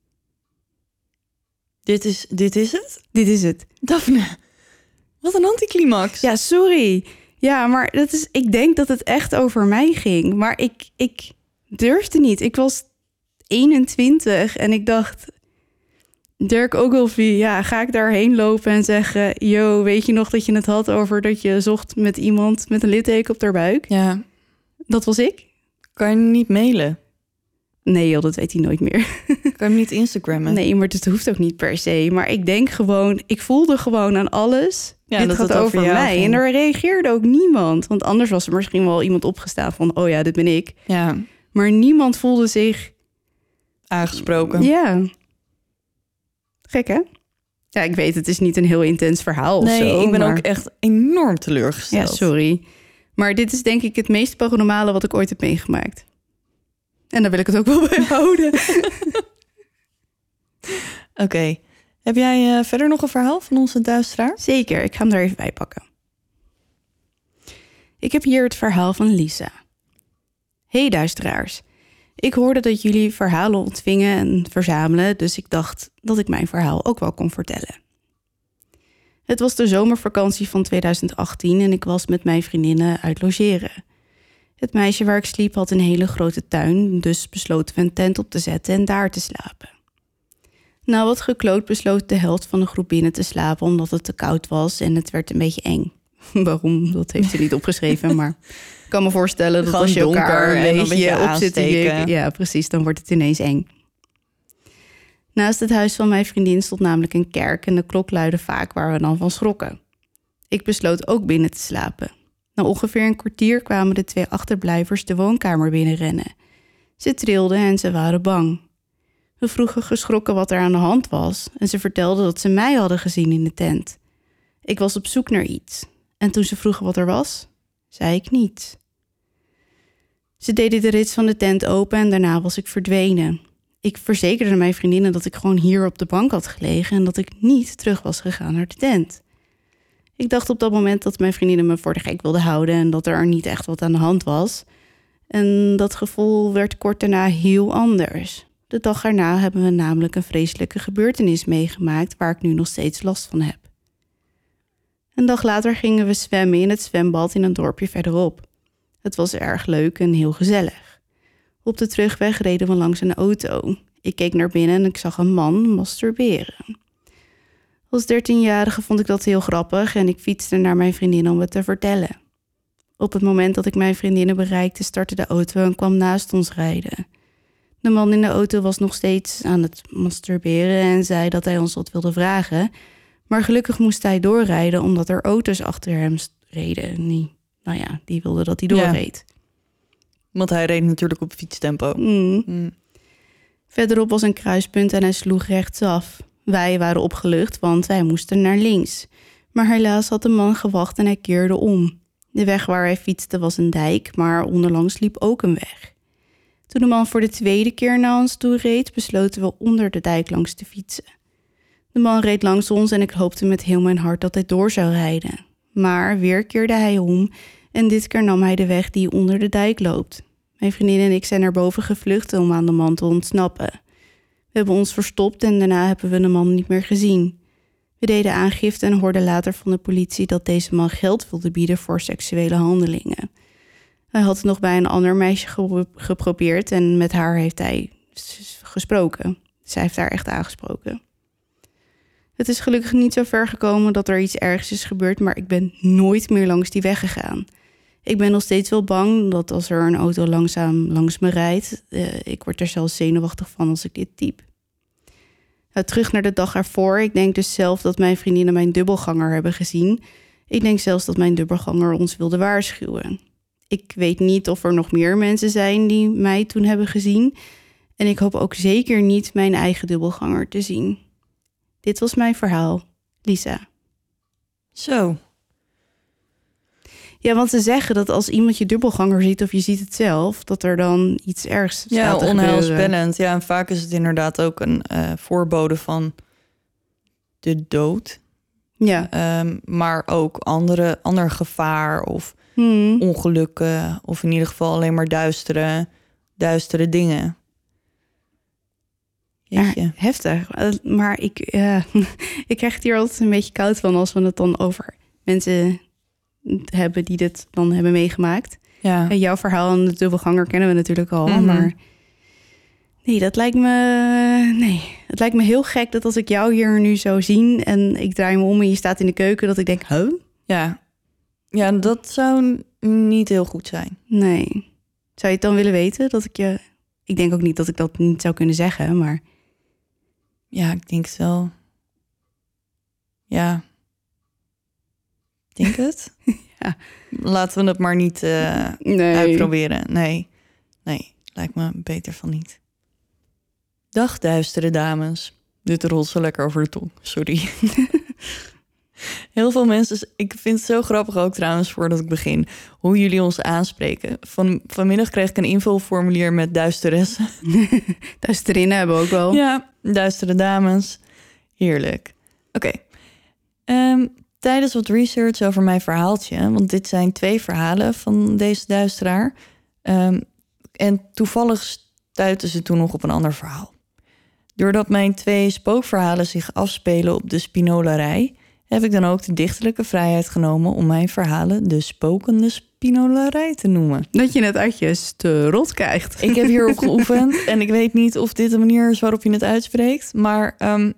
Speaker 2: Dit is het?
Speaker 1: Dit is het.
Speaker 2: Daphne, wat een anticlimax.
Speaker 1: Ja, sorry. Ja, maar ik denk dat het echt over mij ging. Maar ik durfde niet. Ik was 21 en ik dacht, Derek Ogilvie, ga ik daarheen lopen en zeggen, yo, weet je nog dat je het had over dat je zocht met iemand met een litteken op haar buik?
Speaker 2: Ja.
Speaker 1: Dat was ik?
Speaker 2: Kan je hem niet mailen?
Speaker 1: Nee joh, dat weet hij nooit meer.
Speaker 2: Kan je hem niet Instagrammen?
Speaker 1: Nee, maar het hoeft ook niet per se. Maar ik denk gewoon, ik voelde gewoon aan alles.
Speaker 2: Ja,
Speaker 1: dit
Speaker 2: dat
Speaker 1: gaat
Speaker 2: het over
Speaker 1: over
Speaker 2: jou
Speaker 1: mij.
Speaker 2: ging.
Speaker 1: En er reageerde ook niemand. Want anders was er misschien wel iemand opgestaan van, oh ja, dit ben ik.
Speaker 2: Ja,
Speaker 1: Maar niemand voelde zich,
Speaker 2: aangesproken.
Speaker 1: ja. Gek hè? Ja, ik weet, het is niet een heel intens verhaal of
Speaker 2: Nee,
Speaker 1: zo.
Speaker 2: ik ben
Speaker 1: maar...
Speaker 2: ook echt enorm teleurgesteld.
Speaker 1: Ja, sorry. Maar dit is denk ik het meest paranormale wat ik ooit heb meegemaakt. En daar wil ik het ook wel bij houden.
Speaker 2: Oké. Heb jij verder nog een verhaal van onze luisteraar?
Speaker 1: Zeker, ik ga hem er even bij pakken. Ik heb hier het verhaal van Lisa. Hey duisteraars. Ik hoorde dat jullie verhalen ontvingen en verzamelen, dus ik dacht dat ik mijn verhaal ook wel kon vertellen. Het was de zomervakantie van 2018 en ik was met mijn vriendinnen uit logeren. Het meisje waar ik sliep had een hele grote tuin, dus besloten we een tent op te zetten en daar te slapen. Na wat gekloot besloot de helft van de groep binnen te slapen omdat het te koud was en het werd een beetje eng. Waarom, dat heeft ze niet opgeschreven, maar ik kan me voorstellen dat als je elkaar een beetje op zit te jikken, ja, precies, dan wordt het ineens eng. Naast het huis van mijn vriendin stond namelijk een kerk en de klok luidde vaak waar we dan van schrokken. Ik besloot ook binnen te slapen. Na ongeveer een kwartier kwamen de 2 achterblijvers de woonkamer binnenrennen. Ze trilden en ze waren bang. We vroegen geschrokken wat er aan de hand was en ze vertelden dat ze mij hadden gezien in de tent. Ik was op zoek naar iets en toen ze vroegen wat er was, zei ik niets. Ze deden de rits van de tent open en daarna was ik verdwenen. Ik verzekerde mijn vriendinnen dat ik gewoon hier op de bank had gelegen en dat ik niet terug was gegaan naar de tent. Ik dacht op dat moment dat mijn vriendinnen me voor de gek wilden houden en dat er niet echt wat aan de hand was. En dat gevoel werd kort daarna heel anders. De dag erna hebben we namelijk een vreselijke gebeurtenis meegemaakt waar ik nu nog steeds last van heb. Een dag later gingen we zwemmen in het zwembad in een dorpje verderop. Het was erg leuk en heel gezellig. Op de terugweg reden we langs een auto. Ik keek naar binnen en ik zag een man masturberen. Als 13-jarige vond ik dat heel grappig en ik fietste naar mijn vriendin om het te vertellen. Op het moment dat ik mijn vriendinnen bereikte, startte de auto en kwam naast ons rijden. De man in de auto was nog steeds aan het masturberen en zei dat hij ons wat wilde vragen. Maar gelukkig moest hij doorrijden omdat er auto's achter hem reden. Die wilden dat hij doorreed.
Speaker 2: Ja, want hij reed natuurlijk op fietstempo.
Speaker 1: Verderop was een kruispunt en hij sloeg rechtsaf. Wij waren opgelucht, want wij moesten naar links. Maar helaas had de man gewacht en hij keerde om. De weg waar hij fietste was een dijk, maar onderlangs liep ook een weg. Toen de man voor de tweede keer naar ons toe reed, besloten we onder de dijk langs te fietsen. De man reed langs ons en ik hoopte met heel mijn hart dat hij door zou rijden. Maar weer keerde hij om en dit keer nam hij de weg die onder de dijk loopt. Mijn vriendin en ik zijn naar boven gevlucht om aan de man te ontsnappen. We hebben ons verstopt en daarna hebben we de man niet meer gezien. We deden aangifte en hoorden later van de politie dat deze man geld wilde bieden voor seksuele handelingen. Hij had het nog bij een ander meisje geprobeerd en met haar heeft hij gesproken. Zij heeft haar echt aangesproken. Het is gelukkig niet zo ver gekomen dat er iets ergs is gebeurd, maar ik ben nooit meer langs die weg gegaan. Ik ben nog steeds wel bang dat als er een auto langzaam langs me rijdt, ik word er zelfs zenuwachtig van als ik dit typ. Terug naar de dag ervoor. Ik denk dus zelf dat mijn vriendinnen mijn dubbelganger hebben gezien. Ik denk zelfs dat mijn dubbelganger ons wilde waarschuwen. Ik weet niet of er nog meer mensen zijn die mij toen hebben gezien. En ik hoop ook zeker niet mijn eigen dubbelganger te zien. Dit was mijn verhaal, Lisa.
Speaker 2: Zo.
Speaker 1: Ja, want ze zeggen dat als iemand je dubbelganger ziet of je ziet het zelf, dat er dan iets ergs staat te gebeuren.
Speaker 2: Onheilspellend. Ja, en vaak is het inderdaad ook een voorbode van de dood.
Speaker 1: Ja.
Speaker 2: Maar ook ander gevaar of ongelukken. Of in ieder geval alleen maar duistere dingen.
Speaker 1: Ja, heftig. Maar ik krijg het hier altijd een beetje koud van als we het dan over mensen hebben die dit dan hebben meegemaakt.
Speaker 2: Ja.
Speaker 1: En jouw verhaal en de dubbelganger kennen we natuurlijk al. Maar het lijkt me heel gek dat als ik jou hier nu zo zie en ik draai me om en je staat in de keuken, dat ik denk, huh?
Speaker 2: Ja, dat zou niet heel goed zijn.
Speaker 1: Nee. Zou je het dan willen weten dat ik je... Ik denk ook niet dat ik dat niet zou kunnen zeggen, maar...
Speaker 2: Ja, ik denk het wel. Ja. Ik denk het.
Speaker 1: Ja.
Speaker 2: Laten we het maar niet uitproberen. Nee, lijkt me beter van niet. Dag, duistere dames. Dit rolt zo lekker over de tong. Sorry. Heel veel mensen... Ik vind het zo grappig ook trouwens, voordat ik begin, hoe jullie ons aanspreken. Vanmiddag kreeg ik een invulformulier met duisteressen.
Speaker 1: Duisterinnen hebben we ook wel.
Speaker 2: Ja, duistere dames. Heerlijk. Oké. Tijdens wat research over mijn verhaaltje, want dit zijn 2 verhalen van deze duisteraar. En toevallig stuitten ze toen nog op een ander verhaal. Doordat mijn 2 spookverhalen zich afspelen op de Spinolarij, heb ik dan ook de dichterlijke vrijheid genomen om mijn verhalen de spokende Spinolarij te noemen.
Speaker 1: Dat je het uitjes te rot krijgt.
Speaker 2: Ik heb hierop geoefend en ik weet niet of dit de manier is waarop je het uitspreekt, maar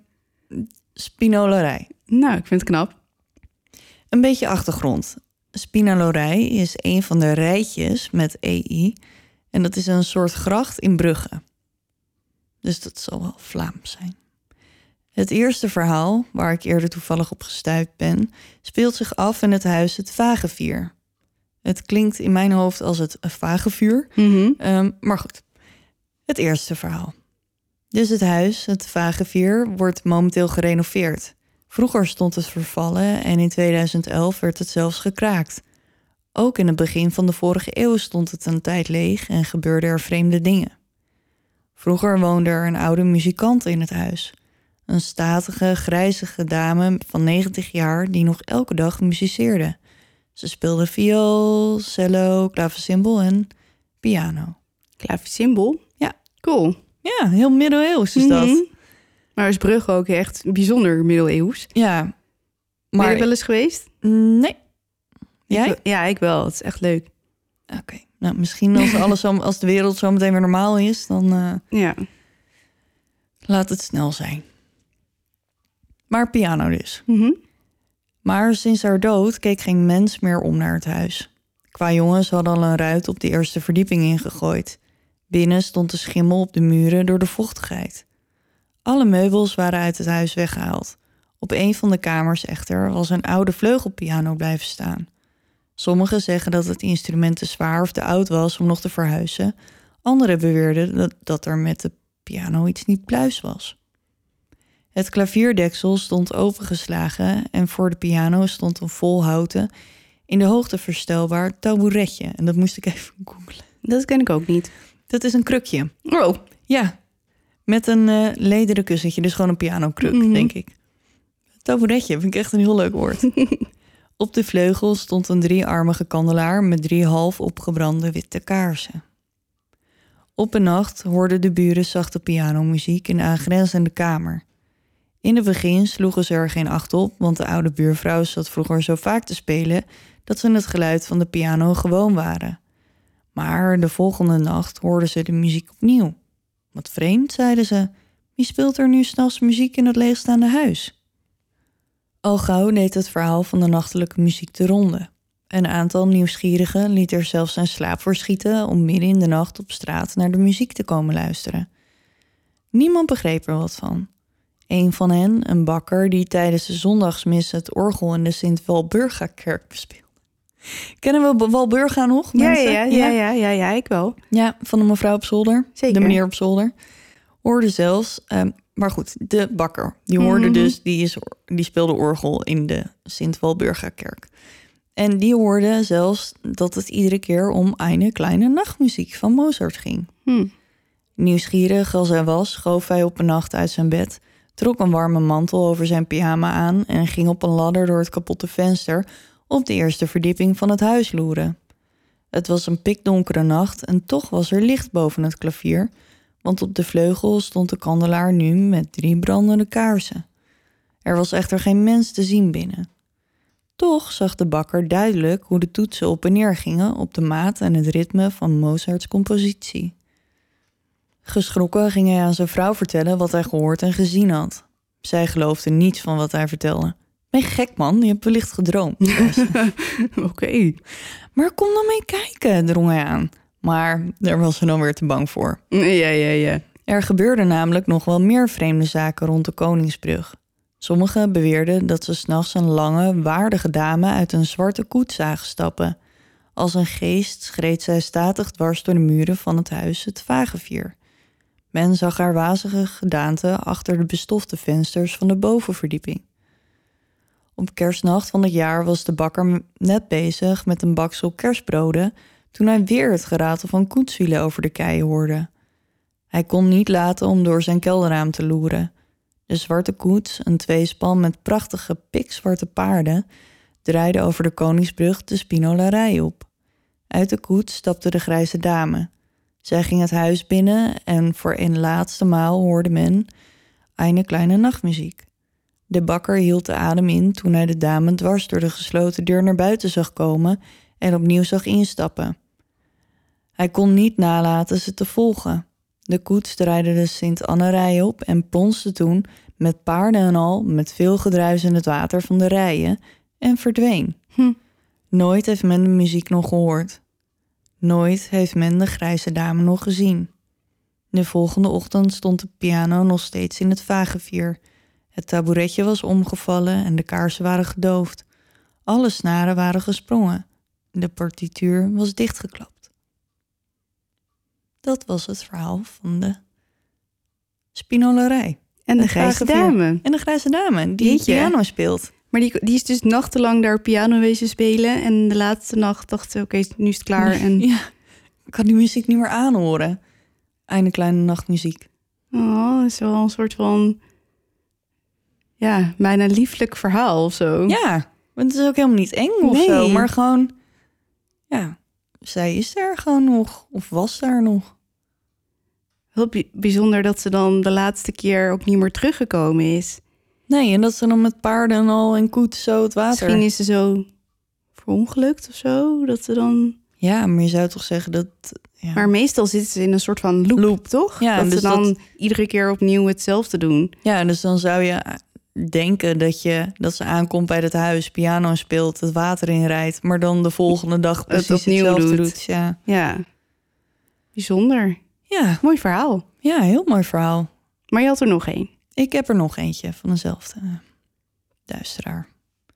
Speaker 2: Spinolarij.
Speaker 1: Nou, ik vind het knap.
Speaker 2: Een beetje achtergrond. Spinolarij is een van de rijtjes met EI en dat is een soort gracht in Brugge. Dus dat zal wel Vlaams zijn. Het eerste verhaal, waar ik eerder toevallig op gestuurd ben, speelt zich af in het huis Het Vagevuur. Het klinkt in mijn hoofd als het Vagevuur, maar goed. Het eerste verhaal. Dus het huis, Het Vagevuur, wordt momenteel gerenoveerd. Vroeger stond het vervallen en in 2011 werd het zelfs gekraakt. Ook in het begin van de vorige eeuw stond het een tijd leeg en gebeurden er vreemde dingen. Vroeger woonde er een oude muzikant in het huis. Een statige, grijzige dame van 90 jaar die nog elke dag muziceerde. Ze speelde viool, cello, klavecimbal en piano.
Speaker 1: Klavecimbal?
Speaker 2: Ja.
Speaker 1: Cool.
Speaker 2: Ja, heel middeleeuws is dat.
Speaker 1: Maar is Brugge ook echt bijzonder middeleeuws?
Speaker 2: Ja.
Speaker 1: Maar
Speaker 2: Maar
Speaker 1: ben je er wel eens geweest?
Speaker 2: Nee. Jij?
Speaker 1: Ja, ik wel. Het is echt leuk.
Speaker 2: Oké. Nou, misschien als de wereld zo meteen weer normaal is, dan
Speaker 1: Ja.
Speaker 2: laat het snel zijn. Maar piano dus.
Speaker 1: Mhm.
Speaker 2: Maar sinds haar dood keek geen mens meer om naar het huis. Qua jongens hadden al een ruit op de eerste verdieping ingegooid. Binnen stond de schimmel op de muren door de vochtigheid. Alle meubels waren uit het huis weggehaald. Op een van de kamers echter was een oude vleugelpiano blijven staan. Sommigen zeggen dat het instrument te zwaar of te oud was om nog te verhuizen. Anderen beweerden dat er met de piano iets niet pluis was. Het klavierdeksel stond opengeslagen en voor de piano stond een volhouten, in de hoogte verstelbaar tabouretje. En dat moest ik even googlen.
Speaker 1: Dat ken ik ook niet.
Speaker 2: Dat is een krukje.
Speaker 1: Oh.
Speaker 2: Ja, met een lederen kussentje, dus gewoon een pianokruk, denk ik. Tabouretje vind ik echt een heel leuk woord. Op de vleugel stond een 3-armige kandelaar met 3 half opgebrande witte kaarsen. Op een nacht hoorden de buren zachte pianomuziek in de aangrenzende kamer. In het begin sloegen ze er geen acht op, want de oude buurvrouw zat vroeger zo vaak te spelen dat ze het geluid van de piano gewoon waren. Maar de volgende nacht hoorden ze de muziek opnieuw. Wat vreemd, zeiden ze. Wie speelt er nu 's nachts muziek in het leegstaande huis? Al gauw deed het verhaal van de nachtelijke muziek de ronde. Een aantal nieuwsgierigen liet er zelfs zijn slaap voor schieten om midden in de nacht op straat naar de muziek te komen luisteren. Niemand begreep er wat van. Een van hen, een bakker die tijdens de zondagsmis het orgel in de Sint-Walburga-kerk bespeelde. Kennen we Walburga nog?
Speaker 1: Ja, ik wel.
Speaker 2: Ja, van de mevrouw op zolder.
Speaker 1: Zeker.
Speaker 2: De meneer op zolder. Hoorde zelfs, maar goed, de bakker. Die hoorde dus, die speelde orgel in de Sint-Walburga-kerk. En die hoorde zelfs dat het iedere keer om Eine kleine nachtmuziek van Mozart ging. Nieuwsgierig als hij was, schoof hij op een nacht uit zijn bed, trok een warme mantel over zijn pyjama aan en ging op een ladder door het kapotte venster op de eerste verdieping van het huis loeren. Het was een pikdonkere nacht en toch was er licht boven het klavier, want op de vleugel stond de kandelaar nu met 3 brandende kaarsen. Er was echter geen mens te zien binnen. Toch zag de bakker duidelijk hoe de toetsen op en neer gingen op de maat en het ritme van Mozarts compositie. Geschrokken ging hij aan zijn vrouw vertellen wat hij gehoord en gezien had. Zij geloofde niets van wat hij vertelde. Ben je gek, man? Je hebt wellicht gedroomd.
Speaker 1: Oké.
Speaker 2: Maar kom dan mee kijken, drong hij aan. Maar daar was ze dan weer te bang voor.
Speaker 1: Ja.
Speaker 2: Er gebeurden namelijk nog wel meer vreemde zaken rond de Koningsbrug. Sommigen beweerden dat ze 's nachts een lange, waardige dame uit een zwarte koets zagen stappen. Als een geest schreed zij statig dwars door de muren van het huis Het Vagevuur. Men zag haar wazige gedaante achter de bestofte vensters van de bovenverdieping. Op kerstnacht van het jaar was de bakker net bezig met een baksel kerstbroden toen hij weer het geratel van koetswielen over de kei hoorde. Hij kon niet laten om door zijn kelderraam te loeren. De zwarte koets, een tweespan met prachtige pikzwarte paarden, draaide over de Koningsbrug de Spinolarij op. Uit de koets stapte de grijze dame. Zij ging het huis binnen en voor een laatste maal hoorde men eine kleine nachtmuziek. De bakker hield de adem in toen hij de dame dwars door de gesloten deur naar buiten zag komen en opnieuw zag instappen. Hij kon niet nalaten ze te volgen. De koets draaide de Sint-Anne-rij op en plonste toen, met paarden en al, met veel gedruis in het water van de rijen en verdween. Nooit heeft men de muziek nog gehoord. Nooit heeft men de grijze dame nog gezien. De volgende ochtend stond de piano nog steeds in het vagevuur. Het tabouretje was omgevallen en de kaarsen waren gedoofd. Alle snaren waren gesprongen. De partituur was dichtgeklapt. Dat was het verhaal van de Spinolarij.
Speaker 1: En de grijze dame.
Speaker 2: En de grijze dame die
Speaker 1: Jeetje.
Speaker 2: piano speelt.
Speaker 1: Maar die is dus nachtenlang daar piano wezen spelen. En de laatste nacht dacht ze, oké, nu is het klaar. En...
Speaker 2: Ja, ik kan die muziek niet meer aanhoren. Einde kleine nachtmuziek.
Speaker 1: Oh, dat is wel een soort van... Ja, bijna lieflijk verhaal of zo.
Speaker 2: Ja, want het is ook helemaal niet eng of
Speaker 1: Nee.
Speaker 2: zo. Maar gewoon, ja, zij is er gewoon nog. Of was daar nog.
Speaker 1: Heel bijzonder dat ze dan de laatste keer ook niet meer teruggekomen is.
Speaker 2: Nee, en dat ze dan met paarden en al en koets zo het water...
Speaker 1: Misschien is ze zo verongelukt of zo. Dat ze dan...
Speaker 2: Ja, maar je zou toch zeggen dat... Ja.
Speaker 1: Maar meestal zitten ze in een soort van loop. Toch?
Speaker 2: Ja,
Speaker 1: dat
Speaker 2: dus
Speaker 1: ze dan
Speaker 2: dat-
Speaker 1: iedere keer opnieuw hetzelfde doen.
Speaker 2: Ja, dus dan zou je denken dat ze aankomt bij het huis, piano speelt, het water inrijdt, maar dan de volgende dag precies
Speaker 1: opnieuw
Speaker 2: hetzelfde
Speaker 1: doet.
Speaker 2: doet. Ja.
Speaker 1: Ja, bijzonder.
Speaker 2: Ja,
Speaker 1: Mooi verhaal.
Speaker 2: ja, heel mooi verhaal.
Speaker 1: Maar je had er nog één.
Speaker 2: Ik heb er nog eentje van dezelfde duisteraar.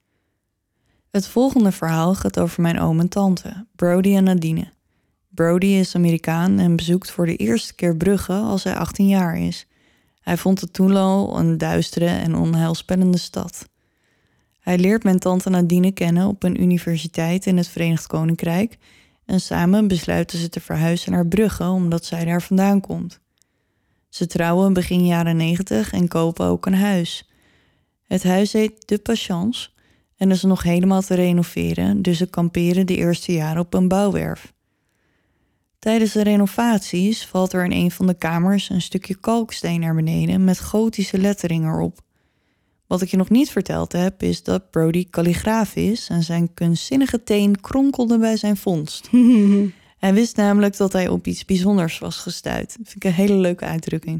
Speaker 2: Het volgende verhaal gaat over mijn oom en tante, Brody en Nadine. Brody is Amerikaan en bezoekt voor de eerste keer Brugge als hij 18 jaar is. Hij vond het toen al een duistere en onheilspellende stad. Hij leert mijn tante Nadine kennen op een universiteit in het Verenigd Koninkrijk en samen besluiten ze te verhuizen naar Brugge omdat zij daar vandaan komt. Ze trouwen begin jaren 90 en kopen ook een huis. Het huis heet De Patience en is nog helemaal te renoveren, dus ze kamperen de eerste jaren op een bouwwerf. Tijdens de renovaties valt er in een van de kamers een stukje kalksteen naar beneden met gotische lettering erop. Wat ik je nog niet verteld heb, is dat Brody kalligraaf is en zijn kunstzinnige teen kronkelde bij zijn vondst. Hij wist namelijk dat hij op iets bijzonders was gestuit. Dat vind ik een hele leuke uitdrukking.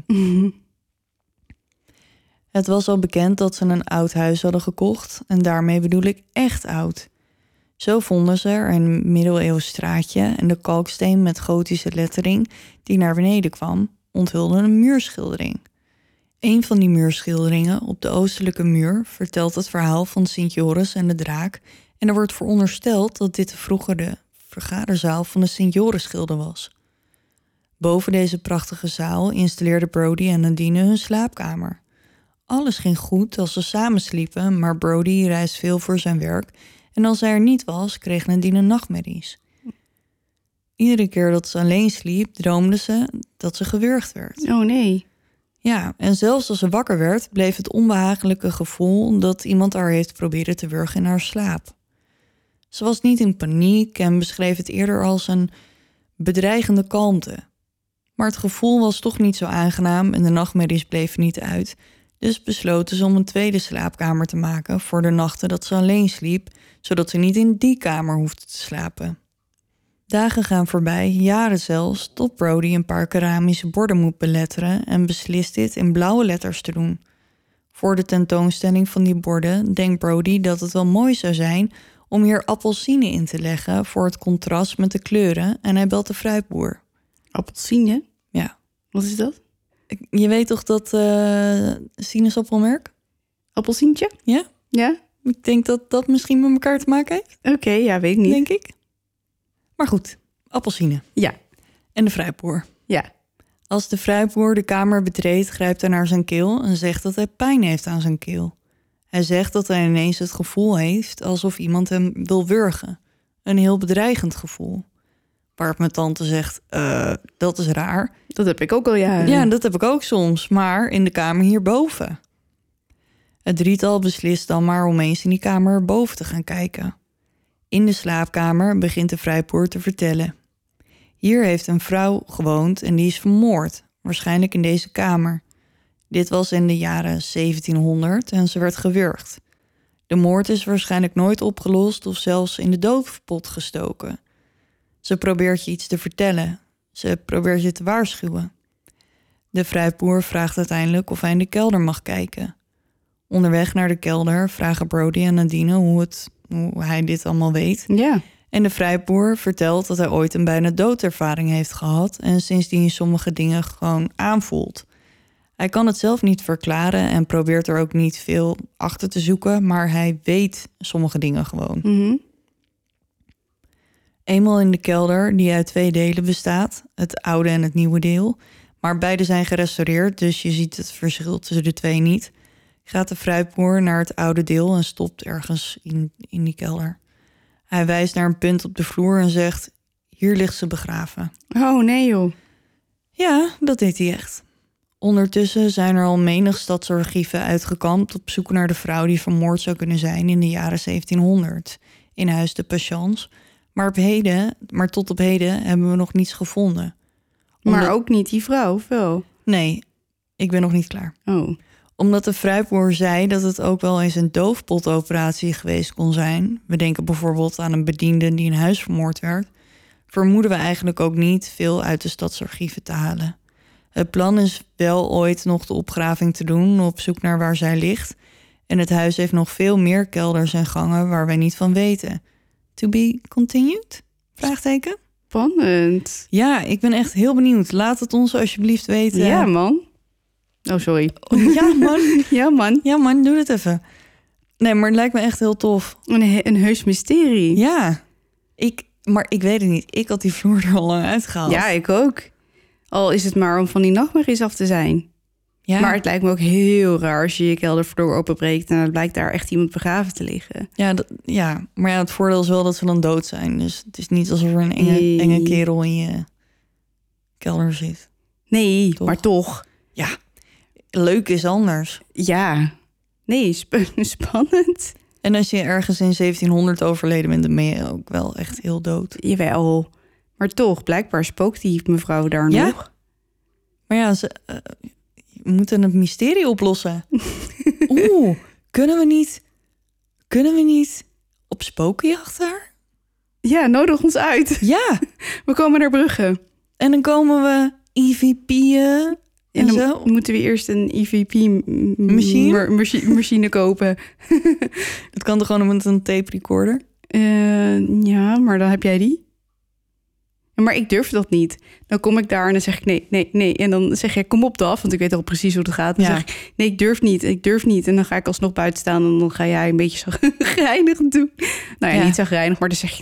Speaker 2: Het was al bekend dat ze een oud huis hadden gekocht en daarmee bedoel ik echt oud. Zo vonden ze er een middeleeuws straatje en de kalksteen met gotische lettering die naar beneden kwam, onthulde een muurschildering. Een van die muurschilderingen op de oostelijke muur vertelt het verhaal van Sint Joris en de draak en er wordt verondersteld dat dit vroeger de vergaderzaal van de Sint Jorisgilde was. Boven deze prachtige zaal installeerden Brody en Nadine hun slaapkamer. Alles ging goed als ze samen sliepen, maar Brody reist veel voor zijn werk en als hij er niet was, kreeg Nadine nachtmerries. Iedere keer dat ze alleen sliep, droomde ze dat ze gewurgd werd.
Speaker 1: Oh nee.
Speaker 2: Ja, en zelfs als ze wakker werd, bleef het onbehagelijke gevoel dat iemand haar heeft proberen te wurgen in haar slaap. Ze was niet in paniek en beschreef het eerder als een bedreigende kalmte. Maar het gevoel was toch niet zo aangenaam en de nachtmerries bleven niet uit. Dus besloten ze om een tweede slaapkamer te maken voor de nachten dat ze alleen sliep, zodat ze niet in die kamer hoefde te slapen. Dagen gaan voorbij, jaren zelfs, tot Brody een paar keramische borden moet beletteren en beslist dit in blauwe letters te doen. Voor de tentoonstelling van die borden denkt Brody dat het wel mooi zou zijn om hier appelsine in te leggen voor het contrast met de kleuren en hij belt de fruitboer.
Speaker 1: Appelsine?
Speaker 2: Ja.
Speaker 1: Wat is dat?
Speaker 2: Je weet toch dat sinaasappelmerk?
Speaker 1: Appelsientje?
Speaker 2: Ja?
Speaker 1: Ja?
Speaker 2: Ik denk dat dat misschien met elkaar te maken heeft,
Speaker 1: Oké, ja, weet ik niet.
Speaker 2: denk ik. Maar goed, appelsine.
Speaker 1: Ja.
Speaker 2: En de fruitboer.
Speaker 1: Ja.
Speaker 2: Als de fruitboer de kamer betreedt, grijpt hij naar zijn keel en zegt dat hij pijn heeft aan zijn keel. Hij zegt dat hij ineens het gevoel heeft alsof iemand hem wil wurgen. Een heel bedreigend gevoel. Waarop mijn tante zegt, dat is raar.
Speaker 1: Dat heb ik ook al jaren.
Speaker 2: Ja, dat heb ik ook soms, maar in de kamer hierboven. Het drietal beslist dan maar om eens in die kamer boven te gaan kijken. In de slaapkamer begint de vrijboer te vertellen. Hier heeft een vrouw gewoond en die is vermoord, waarschijnlijk in deze kamer. Dit was in de jaren 1700 en ze werd gewurgd. De moord is waarschijnlijk nooit opgelost of zelfs in de doofpot gestoken. Ze probeert je iets te vertellen. Ze probeert je te waarschuwen. De vrijboer vraagt uiteindelijk of hij in de kelder mag kijken. Onderweg naar de kelder vragen Brody en Nadine hoe hij dit allemaal weet.
Speaker 1: Ja.
Speaker 2: En de vrijboer vertelt dat hij ooit een bijna doodervaring heeft gehad en sindsdien sommige dingen gewoon aanvoelt. Hij kan het zelf niet verklaren en probeert er ook niet veel achter te zoeken, maar hij weet sommige dingen gewoon.
Speaker 1: Mm-hmm.
Speaker 2: Eenmaal in de kelder, die uit 2 delen bestaat, het oude en het nieuwe deel, maar beide zijn gerestaureerd, dus je ziet het verschil tussen de 2 niet, gaat de vrijboer naar het oude deel en stopt ergens in die kelder. Hij wijst naar een punt op de vloer en zegt, hier ligt ze begraven.
Speaker 1: Oh, nee joh.
Speaker 2: Ja, dat deed hij echt. Ondertussen zijn er al menig stadsarchieven uitgekampt op zoek naar de vrouw die vermoord zou kunnen zijn in de jaren 1700 in Huis de Patience. Maar tot op heden hebben we nog niets gevonden.
Speaker 1: Maar ook niet die vrouw, of wel?
Speaker 2: Nee, ik ben nog niet klaar.
Speaker 1: Oh.
Speaker 2: Omdat de vrijboer zei dat het ook wel eens een doofpotoperatie geweest kon zijn. We denken bijvoorbeeld aan een bediende die in huis vermoord werd. Vermoeden we eigenlijk ook niet veel uit de stadsarchieven te halen. Het plan is wel ooit nog de opgraving te doen op zoek naar waar zij ligt. En het huis heeft nog veel meer kelders en gangen waar wij niet van weten. To be continued? Vraagteken?
Speaker 1: Spannend.
Speaker 2: Ja, ik ben echt heel benieuwd. Laat het ons alsjeblieft weten.
Speaker 1: Ja, man. Oh, sorry.
Speaker 2: Ja, man.
Speaker 1: Ja, man.
Speaker 2: Ja, man, doe het even. Nee, maar het lijkt me echt heel tof.
Speaker 1: Een heus mysterie.
Speaker 2: Ja. Maar ik weet het niet. Ik had die vloer er al lang uitgehaald.
Speaker 1: Ja, ik ook. Al is het maar om van die nachtmerries af te zijn.
Speaker 2: Ja.
Speaker 1: Maar het lijkt me ook heel raar als je je keldervloer openbreekt en er blijkt daar echt iemand begraven te liggen.
Speaker 2: Ja, maar ja, het voordeel is wel dat ze dan dood zijn. Dus het is niet alsof er een
Speaker 1: Nee.
Speaker 2: enge kerel in je kelder zit.
Speaker 1: Nee,
Speaker 2: Toch?
Speaker 1: maar toch.
Speaker 2: Ja, leuk is anders.
Speaker 1: Ja. Nee, spannend.
Speaker 2: En als je ergens in 1700 overleden bent, dan ben je ook wel echt heel dood.
Speaker 1: Jawel. Maar toch, blijkbaar spookt die mevrouw daar
Speaker 2: Ja?
Speaker 1: nog.
Speaker 2: Maar ja, ze moeten het mysterie oplossen. Oeh, kunnen we niet op spokenjacht daar?
Speaker 1: Ja, nodig ons uit.
Speaker 2: Ja,
Speaker 1: We komen naar Brugge.
Speaker 2: en dan komen we EVP'en en
Speaker 1: En dan
Speaker 2: zo.
Speaker 1: moeten we eerst een
Speaker 2: Machine?
Speaker 1: machine kopen.
Speaker 2: Dat kan toch gewoon met een tape recorder?
Speaker 1: Ja, maar dan heb jij die. Maar ik durf dat niet. Dan kom ik daar en dan zeg ik nee. En dan zeg jij, kom op af, want ik weet al precies hoe het gaat. Dan
Speaker 2: Ja.
Speaker 1: zeg ik, nee, ik durf niet. En dan ga ik alsnog buiten staan en dan ga jij een beetje zo grijnig doen. Nou ja,
Speaker 2: Ja.
Speaker 1: niet zo grijnig, maar dan zeg je,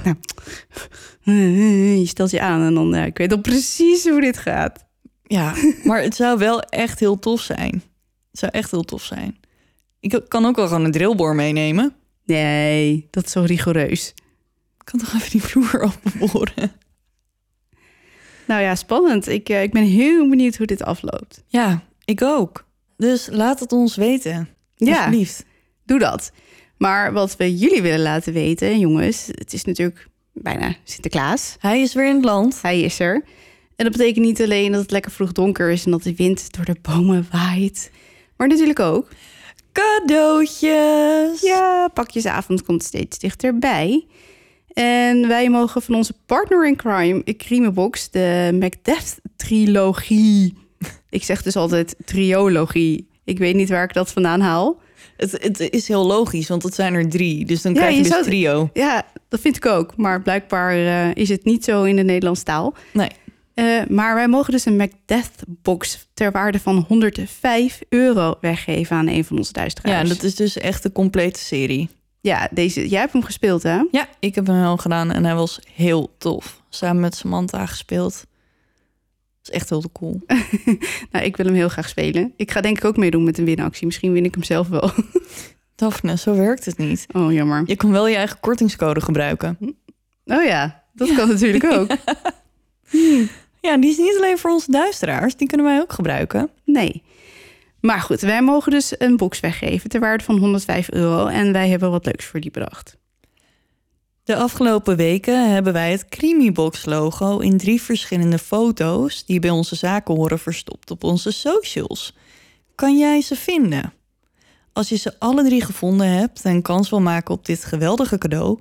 Speaker 1: je stelt je aan. En dan, ik weet al precies hoe dit gaat.
Speaker 2: Ja, maar het zou wel echt heel tof zijn. Het zou echt heel tof zijn. Ik kan ook wel gewoon een drillboor meenemen.
Speaker 1: Nee, dat is zo rigoureus.
Speaker 2: Ik kan toch even die vloer openboren?
Speaker 1: Nou ja, spannend. Ik ben heel benieuwd hoe dit afloopt.
Speaker 2: Ja, ik ook. Dus laat het ons weten.
Speaker 1: Ja.
Speaker 2: Alsjeblieft.
Speaker 1: Doe dat. Maar wat we jullie willen laten weten, jongens, het is natuurlijk bijna Sinterklaas.
Speaker 2: Hij is weer in het land.
Speaker 1: Hij is er. En dat betekent niet alleen dat het lekker vroeg donker is en dat de wind door de bomen waait, maar natuurlijk ook,
Speaker 2: Cadeautjes.
Speaker 1: ja, pakjesavond komt steeds dichterbij. En wij mogen van onze partner in crime, Crimebox, de Macbeth-trilogie. Ik zeg dus altijd triologie. Ik weet niet waar ik dat vandaan haal.
Speaker 2: Het is heel logisch, want het zijn er 3. Dus dan
Speaker 1: Ja,
Speaker 2: krijg je
Speaker 1: je
Speaker 2: dus
Speaker 1: zou-
Speaker 2: trio.
Speaker 1: Ja, dat vind ik ook. Maar blijkbaar is het niet zo in de Nederlandse taal.
Speaker 2: Nee.
Speaker 1: Maar wij mogen dus een Macbeth-box ter waarde van €105 weggeven aan een van onze
Speaker 2: Ja,
Speaker 1: luisteraars.
Speaker 2: dat is dus echt de complete serie.
Speaker 1: Ja, jij hebt hem gespeeld, hè?
Speaker 2: Ja, ik heb hem al gedaan en hij was heel tof. Samen met Samantha gespeeld. Dat is echt heel cool.
Speaker 1: Nou, ik wil hem heel graag spelen. Ik ga denk ik ook meedoen met een winactie. Misschien win ik hem zelf wel.
Speaker 2: Daphne, zo werkt het niet.
Speaker 1: Oh, jammer.
Speaker 2: Je kan wel je eigen kortingscode gebruiken.
Speaker 1: Oh ja, dat kan natuurlijk ook.
Speaker 2: Ja, die is niet alleen voor onze luisteraars. Die kunnen wij ook gebruiken.
Speaker 1: Nee. Maar goed, wij mogen dus een box weggeven ter waarde van €105. En wij hebben wat leuks voor die bedacht.
Speaker 2: De afgelopen weken hebben wij het Creamybox logo in 3 verschillende foto's die bij onze zaken horen verstopt op onze socials. Kan jij ze vinden? Als je ze alle 3 gevonden hebt en kans wil maken op dit geweldige cadeau,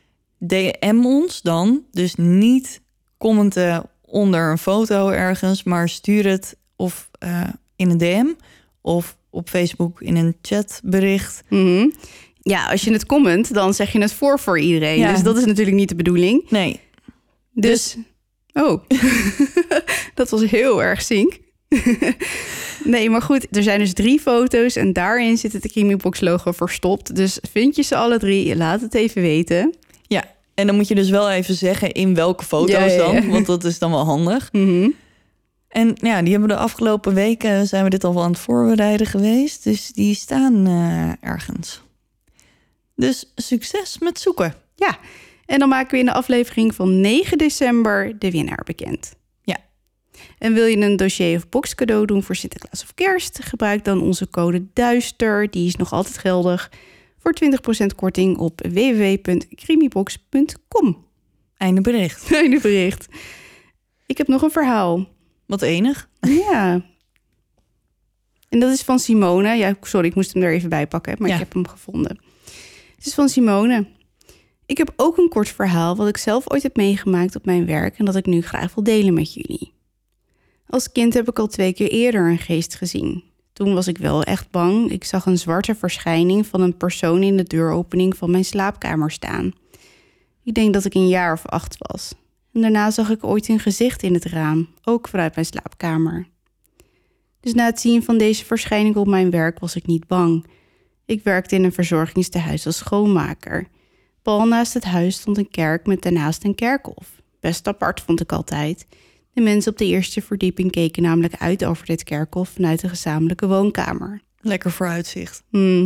Speaker 2: DM ons dan. Dus niet commenten onder een foto ergens, maar stuur het of in een DM of op Facebook in een chatbericht.
Speaker 1: Mm-hmm. Ja, als je het comment, dan zeg je het voor iedereen.
Speaker 2: Ja.
Speaker 1: Dus dat is natuurlijk niet de bedoeling.
Speaker 2: Nee.
Speaker 1: Dus oh, dat was heel erg zink. Nee, maar goed, er zijn dus 3 foto's en daarin zit het Creamybox logo verstopt. Dus vind je ze alle 3, laat het even weten.
Speaker 2: Ja, en dan moet je dus wel even zeggen in welke foto's dan, want dat is dan wel handig.
Speaker 1: Mm-hmm.
Speaker 2: En ja, die hebben de afgelopen weken, zijn we dit al aan het voorbereiden geweest. Dus die staan ergens. Dus succes met zoeken.
Speaker 1: Ja, en dan maken we in de aflevering van 9 december de winnaar bekend.
Speaker 2: Ja.
Speaker 1: En wil je een dossier of box cadeau doen voor Sinterklaas of Kerst? Gebruik dan onze code DUISTER, die is nog altijd geldig, voor 20% korting op www.creamybox.com.
Speaker 2: Einde bericht.
Speaker 1: Einde bericht. Ik heb nog een verhaal.
Speaker 2: Wat enig.
Speaker 1: Ja. En dat is van Simone. Ja, sorry, ik moest hem er even bij pakken, maar
Speaker 2: Ja.
Speaker 1: ik heb hem gevonden. Het is van Simone. Ik heb ook een kort verhaal wat ik zelf ooit heb meegemaakt op mijn werk en dat ik nu graag wil delen met jullie. Als kind heb ik al 2 keer eerder een geest gezien. Toen was ik wel echt bang. Ik zag een zwarte verschijning van een persoon in de deuropening van mijn slaapkamer staan. Ik denk dat ik een jaar of 8 was. En daarna zag ik ooit een gezicht in het raam, ook vanuit mijn slaapkamer. Dus na het zien van deze verschijning op mijn werk was ik niet bang. Ik werkte in een verzorgingstehuis als schoonmaker. Pal naast het huis stond een kerk met daarnaast een kerkhof. Best apart vond ik altijd. De mensen op de eerste verdieping keken namelijk uit over dit kerkhof vanuit de gezamenlijke woonkamer.
Speaker 2: Lekker vooruitzicht.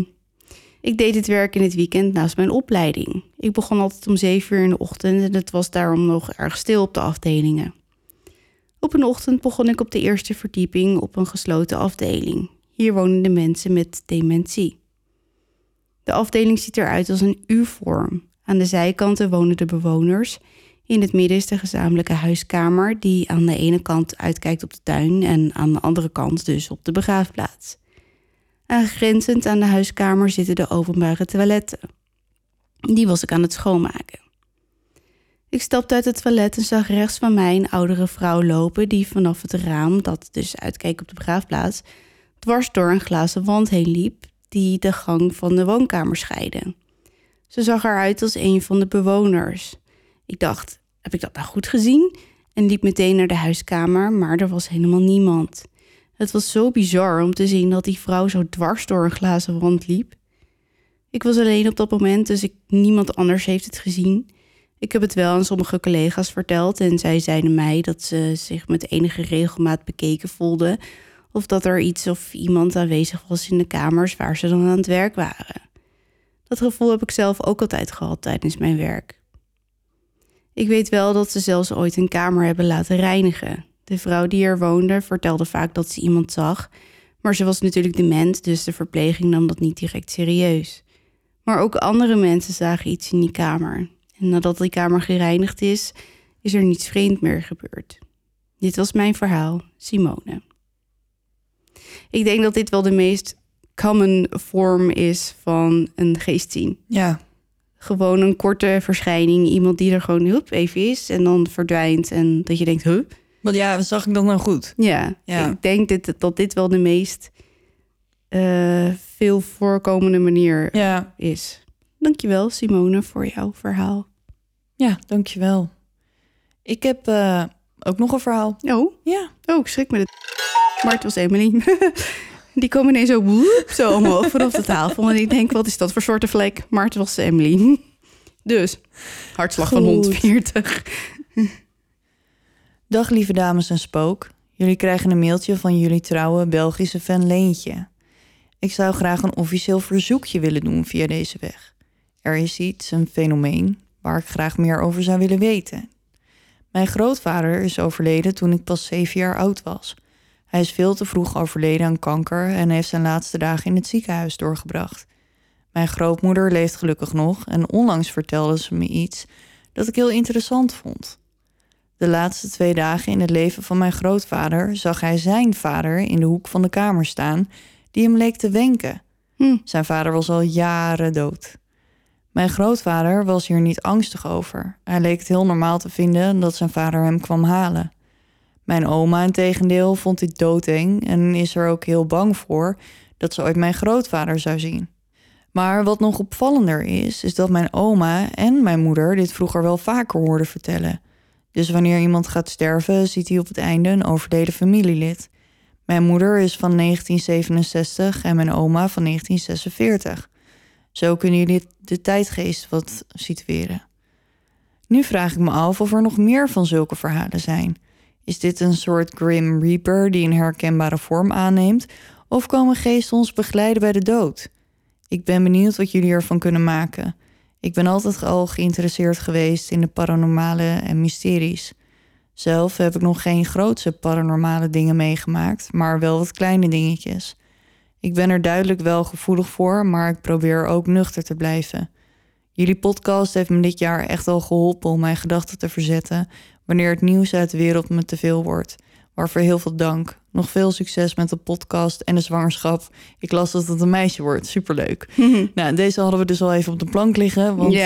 Speaker 1: Ik deed dit werk in het weekend naast mijn opleiding. Ik begon altijd om 7 uur in de ochtend en het was daarom nog erg stil op de afdelingen. Op een ochtend begon ik op de eerste verdieping op een gesloten afdeling. Hier wonen de mensen met dementie. De afdeling ziet eruit als een U-vorm. Aan de zijkanten wonen de bewoners. In het midden is de gezamenlijke huiskamer die aan de ene kant uitkijkt op de tuin en aan de andere kant dus op de begraafplaats. Aangrenzend aan de huiskamer zitten de openbare toiletten. Die was ik aan het schoonmaken. Ik stapte uit het toilet en zag rechts van mij een oudere vrouw lopen die vanaf het raam, dat dus uitkeek op de begraafplaats, dwars door een glazen wand heen liep die de gang van de woonkamer scheidde. Ze zag eruit als een van de bewoners. Ik dacht, heb ik dat nou goed gezien? En liep meteen naar de huiskamer, maar er was helemaal niemand. Het was zo bizar om te zien dat die vrouw zo dwars door een glazen wand liep. Ik was alleen op dat moment, dus niemand anders heeft het gezien. Ik heb het wel aan sommige collega's verteld en zij zeiden mij dat ze zich met enige regelmaat bekeken voelden of dat er iets of iemand aanwezig was in de kamers waar ze dan aan het werk waren. Dat gevoel heb ik zelf ook altijd gehad tijdens mijn werk. Ik weet wel dat ze zelfs ooit een kamer hebben laten reinigen. De vrouw die er woonde vertelde vaak dat ze iemand zag, maar ze was natuurlijk dement, dus de verpleging nam dat niet direct serieus. Maar ook andere mensen zagen iets in die kamer. En nadat die kamer gereinigd is er niets vreemd meer gebeurd. Dit was mijn verhaal, Simone. Ik denk dat dit wel de meest common vorm is van een geest zien.
Speaker 2: Ja.
Speaker 1: Gewoon een korte verschijning. Iemand die er gewoon even is en dan verdwijnt. En dat je denkt, huh?
Speaker 2: Want ja, zag ik dat nou goed?
Speaker 1: Ja. Ik denk dat dit wel de meest veel voorkomende manier is. Dankjewel, Simone, voor jouw verhaal.
Speaker 2: Ja, dankjewel. Ik heb ook nog een verhaal.
Speaker 1: Oh?
Speaker 2: Ja.
Speaker 1: Oh, ik schrik me dit. Maar het was Emily. Die komen ineens zo, zo omhoog vanaf de tafel. En ik denk, wat is dat voor soorten vlek? Maar het was Emily. Dus, hartslag van 140.
Speaker 2: Dag lieve dames en spook. Jullie krijgen een mailtje van jullie trouwe Belgische fan Leentje. Ik zou graag een officieel verzoekje willen doen via deze weg. Er is iets, een fenomeen, waar ik graag meer over zou willen weten. Mijn grootvader is overleden toen ik pas 7 jaar oud was. Hij is veel te vroeg overleden aan kanker en heeft zijn laatste dagen in het ziekenhuis doorgebracht. Mijn grootmoeder leeft gelukkig nog en onlangs vertelde ze me iets dat ik heel interessant vond. De laatste 2 dagen in het leven van mijn grootvader zag hij zijn vader in de hoek van de kamer staan die hem leek te wenken. Zijn vader was al jaren dood. Mijn grootvader was hier niet angstig over. Hij leek het heel normaal te vinden dat zijn vader hem kwam halen. Mijn oma, integendeel, vond dit doodeng en is er ook heel bang voor dat ze ooit mijn grootvader zou zien. Maar wat nog opvallender is dat mijn oma en mijn moeder dit vroeger wel vaker hoorden vertellen. Dus wanneer iemand gaat sterven, ziet hij op het einde een overleden familielid. Mijn moeder is van 1967 en mijn oma van 1946. Zo kunnen jullie de tijdgeest wat situeren. Nu vraag ik me af of er nog meer van zulke verhalen zijn. Is dit een soort Grim Reaper die een herkenbare vorm aanneemt? Of komen geesten ons begeleiden bij de dood? Ik ben benieuwd wat jullie ervan kunnen maken. Ik ben altijd al geïnteresseerd geweest in de paranormale en mysteries. Zelf heb ik nog geen grootse paranormale dingen meegemaakt, maar wel wat kleine dingetjes. Ik ben er duidelijk wel gevoelig voor, maar ik probeer ook nuchter te blijven. Jullie podcast heeft me dit jaar echt al geholpen om mijn gedachten te verzetten wanneer het nieuws uit de wereld me te veel wordt. Waarvoor heel veel dank. Nog veel succes met de podcast en de zwangerschap. Ik las dat het een meisje wordt. Superleuk. Nou, deze hadden we dus al even op de plank liggen. Want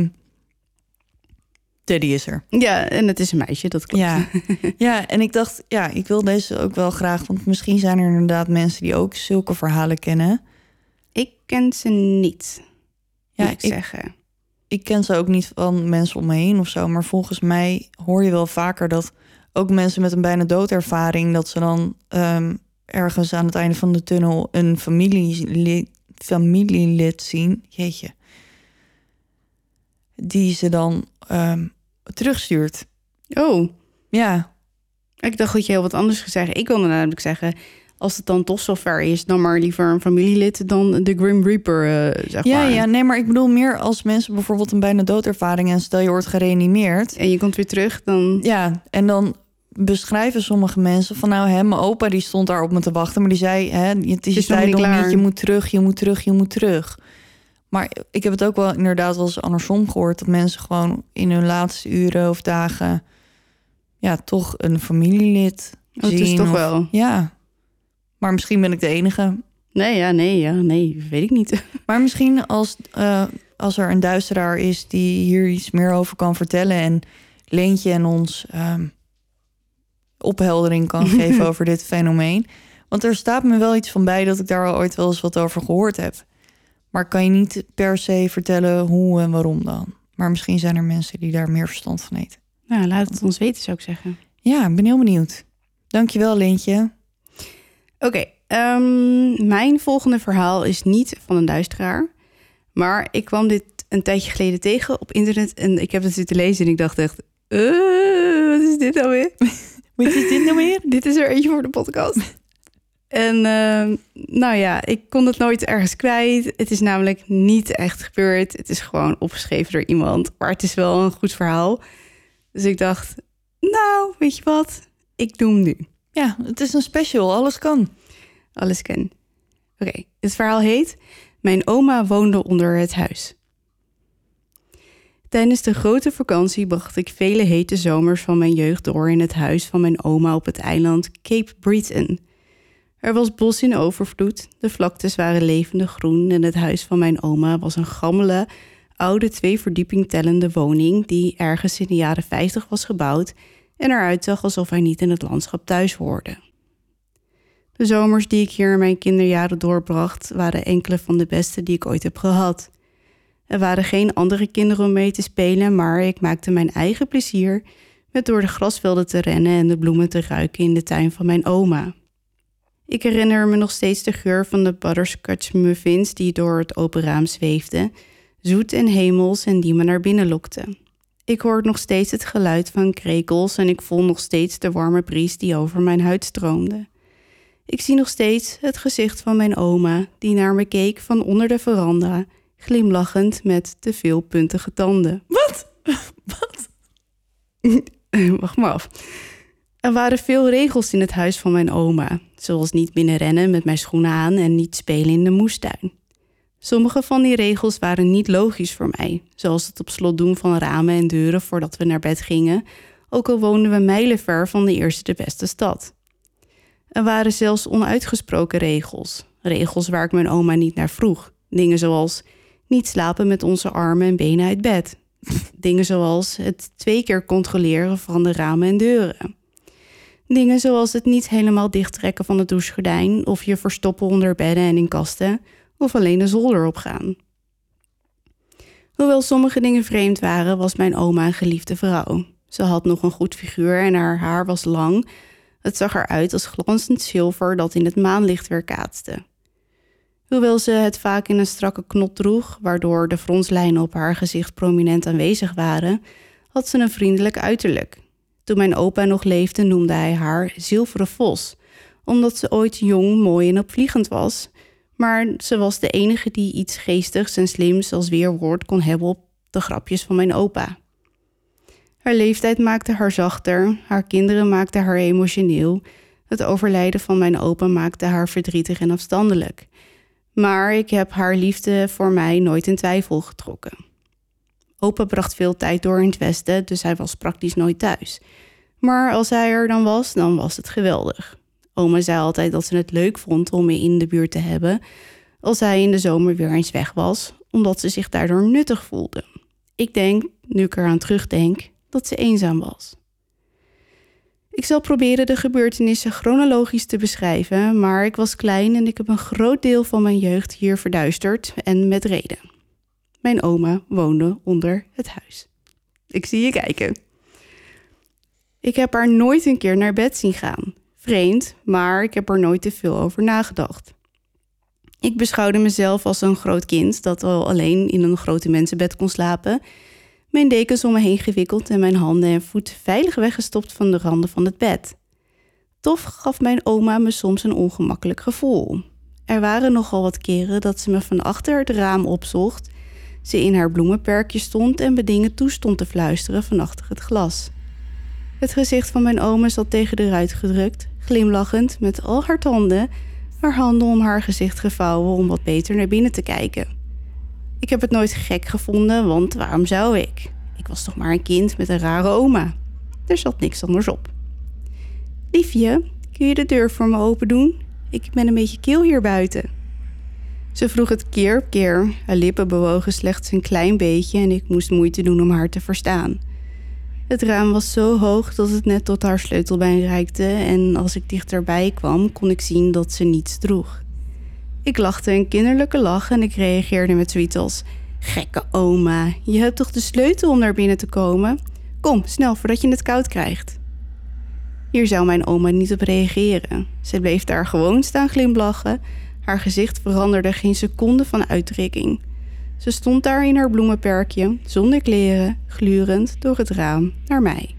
Speaker 2: Teddy is er.
Speaker 1: Ja, en het is een meisje, dat klopt.
Speaker 2: Ja, en ik dacht, ik wil deze ook wel graag. Want misschien zijn er inderdaad mensen die ook zulke verhalen kennen.
Speaker 1: Ik ken ze niet, moet ik zeggen.
Speaker 2: Ik ken ze ook niet van mensen om me heen of zo. Maar volgens mij hoor je wel vaker dat ook mensen met een bijna doodervaring, dat ze dan ergens aan het einde van de tunnel een familielid zien. Jeetje. Die ze dan terugstuurt.
Speaker 1: Oh.
Speaker 2: Ja.
Speaker 1: Ik dacht dat je heel wat anders ging zeggen. Ik wilde namelijk zeggen, als het dan toch zover is, dan maar liever een familielid dan de Grim Reaper, zeg maar.
Speaker 2: Ja, nee, maar ik bedoel meer als mensen bijvoorbeeld een bijna doodervaring en stel je wordt gereanimeerd.
Speaker 1: En je komt weer terug, dan.
Speaker 2: Ja, en dan beschrijven sommige mensen van mijn opa die stond daar op me te wachten, maar die zei, het is tijd nog niet, je moet terug. Maar ik heb het ook wel inderdaad wel eens andersom gehoord, dat mensen gewoon in hun laatste uren of dagen toch een familielid zien.
Speaker 1: Het is toch wel.
Speaker 2: Ja, maar misschien ben ik de enige.
Speaker 1: Nee, weet ik niet.
Speaker 2: Maar misschien als er een duisteraar is die hier iets meer over kan vertellen en Leentje en ons opheldering kan geven over dit fenomeen. Want er staat me wel iets van bij dat ik daar ooit wel eens wat over gehoord heb. Maar kan je niet per se vertellen hoe en waarom dan. Maar misschien zijn er mensen die daar meer verstand van weten.
Speaker 1: Nou, laat het ons weten, zou ik zeggen.
Speaker 2: Ja, ik ben heel benieuwd. Dankjewel, Leentje.
Speaker 1: Oké, mijn volgende verhaal is niet van een duisteraar. Maar ik kwam dit een tijdje geleden tegen op internet. En ik heb het zitten lezen en ik dacht echt, wat is dit nou weer?
Speaker 2: Wat is dit nou weer?
Speaker 1: Dit is er eentje voor de podcast. En ik kon het nooit ergens kwijt. Het is namelijk niet echt gebeurd. Het is gewoon opgeschreven door iemand. Maar het is wel een goed verhaal. Dus ik dacht, nou, weet je wat? Ik doe hem nu.
Speaker 2: Ja, het is een special. Alles kan.
Speaker 1: Alles kan. Oké, het verhaal heet: Mijn oma woonde onder het huis. Tijdens de grote vakantie bracht ik vele hete zomers van mijn jeugd door in het huis van mijn oma op het eiland Cape Breton. Er was bos in overvloed, de vlaktes waren levendig groen en het huis van mijn oma was een gammele, oude 2 verdieping tellende woning die ergens in de jaren 50 was gebouwd en eruit zag alsof hij niet in het landschap thuis hoorde. De zomers die ik hier in mijn kinderjaren doorbracht waren enkele van de beste die ik ooit heb gehad. Er waren geen andere kinderen om mee te spelen, maar ik maakte mijn eigen plezier met door de grasvelden te rennen en de bloemen te ruiken in de tuin van mijn oma. Ik herinner me nog steeds de geur van de butterscotch muffins die door het open raam zweefden, zoet en hemels en die me naar binnen lokten. Ik hoor nog steeds het geluid van krekels en ik voel nog steeds de warme bries die over mijn huid stroomde. Ik zie nog steeds het gezicht van mijn oma die naar me keek van onder de veranda, glimlachend met te veel puntige tanden.
Speaker 2: Wat?
Speaker 1: Wacht maar af. Er waren veel regels in het huis van mijn oma, zoals niet binnenrennen met mijn schoenen aan en niet spelen in de moestuin. Sommige van die regels waren niet logisch voor mij, zoals het op slot doen van ramen en deuren voordat we naar bed gingen, ook al woonden we mijlenver van de eerste de beste stad. Er waren zelfs onuitgesproken regels, regels waar ik mijn oma niet naar vroeg. Dingen zoals niet slapen met onze armen en benen uit bed. Dingen zoals het 2 keer controleren van de ramen en deuren. Dingen zoals het niet helemaal dichttrekken van het douchegordijn of je verstoppen onder bedden en in kasten of alleen de zolder opgaan. Hoewel sommige dingen vreemd waren, was mijn oma een geliefde vrouw. Ze had nog een goed figuur en haar haar was lang. Het zag eruit als glanzend zilver dat in het maanlicht weerkaatste. Hoewel ze het vaak in een strakke knot droeg, waardoor de fronslijnen op haar gezicht prominent aanwezig waren, had ze een vriendelijk uiterlijk. Toen mijn opa nog leefde noemde hij haar Zilveren Vos, omdat ze ooit jong, mooi en opvliegend was. Maar ze was de enige die iets geestigs en slims als weerwoord kon hebben op de grapjes van mijn opa. Haar leeftijd maakte haar zachter, haar kinderen maakten haar emotioneel. Het overlijden van mijn opa maakte haar verdrietig en afstandelijk. Maar ik heb haar liefde voor mij nooit in twijfel getrokken. Opa bracht veel tijd door in het westen, dus hij was praktisch nooit thuis. Maar als hij er dan was het geweldig. Oma zei altijd dat ze het leuk vond om me in de buurt te hebben als hij in de zomer weer eens weg was, omdat ze zich daardoor nuttig voelde. Ik denk, nu ik eraan terugdenk, dat ze eenzaam was. Ik zal proberen de gebeurtenissen chronologisch te beschrijven, maar ik was klein en ik heb een groot deel van mijn jeugd hier verduisterd en met reden. Mijn oma woonde onder het huis. Ik zie je kijken. Ik heb haar nooit een keer naar bed zien gaan. Vreemd, maar ik heb er nooit te veel over nagedacht. Ik beschouwde mezelf als een groot kind dat al alleen in een grote mensenbed kon slapen, mijn dekens om me heen gewikkeld en mijn handen en voeten veilig weggestopt van de randen van het bed. Toch gaf mijn oma me soms een ongemakkelijk gevoel. Er waren nogal wat keren dat ze me van achter het raam opzocht, ze in haar bloemenperkje stond en me dingen toestond te fluisteren van achter het glas. Het gezicht van mijn oma zat tegen de ruit gedrukt, glimlachend met al haar tanden, haar handen om haar gezicht gevouwen om wat beter naar binnen te kijken. Ik heb het nooit gek gevonden, want waarom zou ik? Ik was toch maar een kind met een rare oma. Er zat niks anders op. Liefje, kun je de deur voor me open doen? Ik ben een beetje kil hier buiten. Ze vroeg het keer op keer. Haar lippen bewogen slechts een klein beetje en ik moest moeite doen om haar te verstaan. Het raam was zo hoog dat het net tot haar sleutelbeen reikte en als ik dichterbij kwam kon ik zien dat ze niets droeg. Ik lachte een kinderlijke lach en ik reageerde met zoiets als: gekke oma, je hebt toch de sleutel om naar binnen te komen? Kom, snel, voordat je het koud krijgt. Hier zou mijn oma niet op reageren. Ze bleef daar gewoon staan glimlachen. Haar gezicht veranderde geen seconde van uitdrukking. Ze stond daar in haar bloemenperkje, zonder kleren, glurend door het raam naar mij.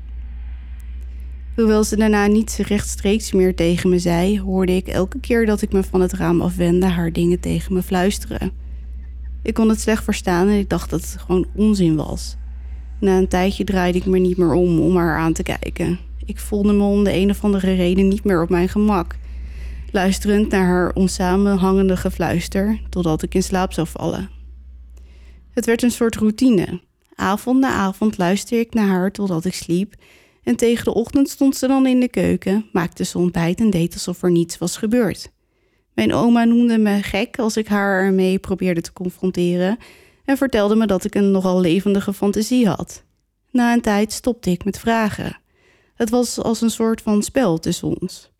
Speaker 1: Hoewel ze daarna niet rechtstreeks meer tegen me zei, hoorde ik elke keer dat ik me van het raam afwendde haar dingen tegen me fluisteren. Ik kon het slecht verstaan en ik dacht dat het gewoon onzin was. Na een tijdje draaide ik me niet meer om haar aan te kijken. Ik voelde me om de een of andere reden niet meer op mijn gemak, luisterend naar haar onsamenhangende gefluister totdat ik in slaap zou vallen. Het werd een soort routine. Avond na avond luisterde ik naar haar totdat ik sliep en tegen de ochtend stond ze dan in de keuken, maakte ze ontbijt en deed alsof er niets was gebeurd. Mijn oma noemde me gek als ik haar ermee probeerde te confronteren en vertelde me dat ik een nogal levendige fantasie had. Na een tijd stopte ik met vragen. Het was als een soort van spel tussen ons.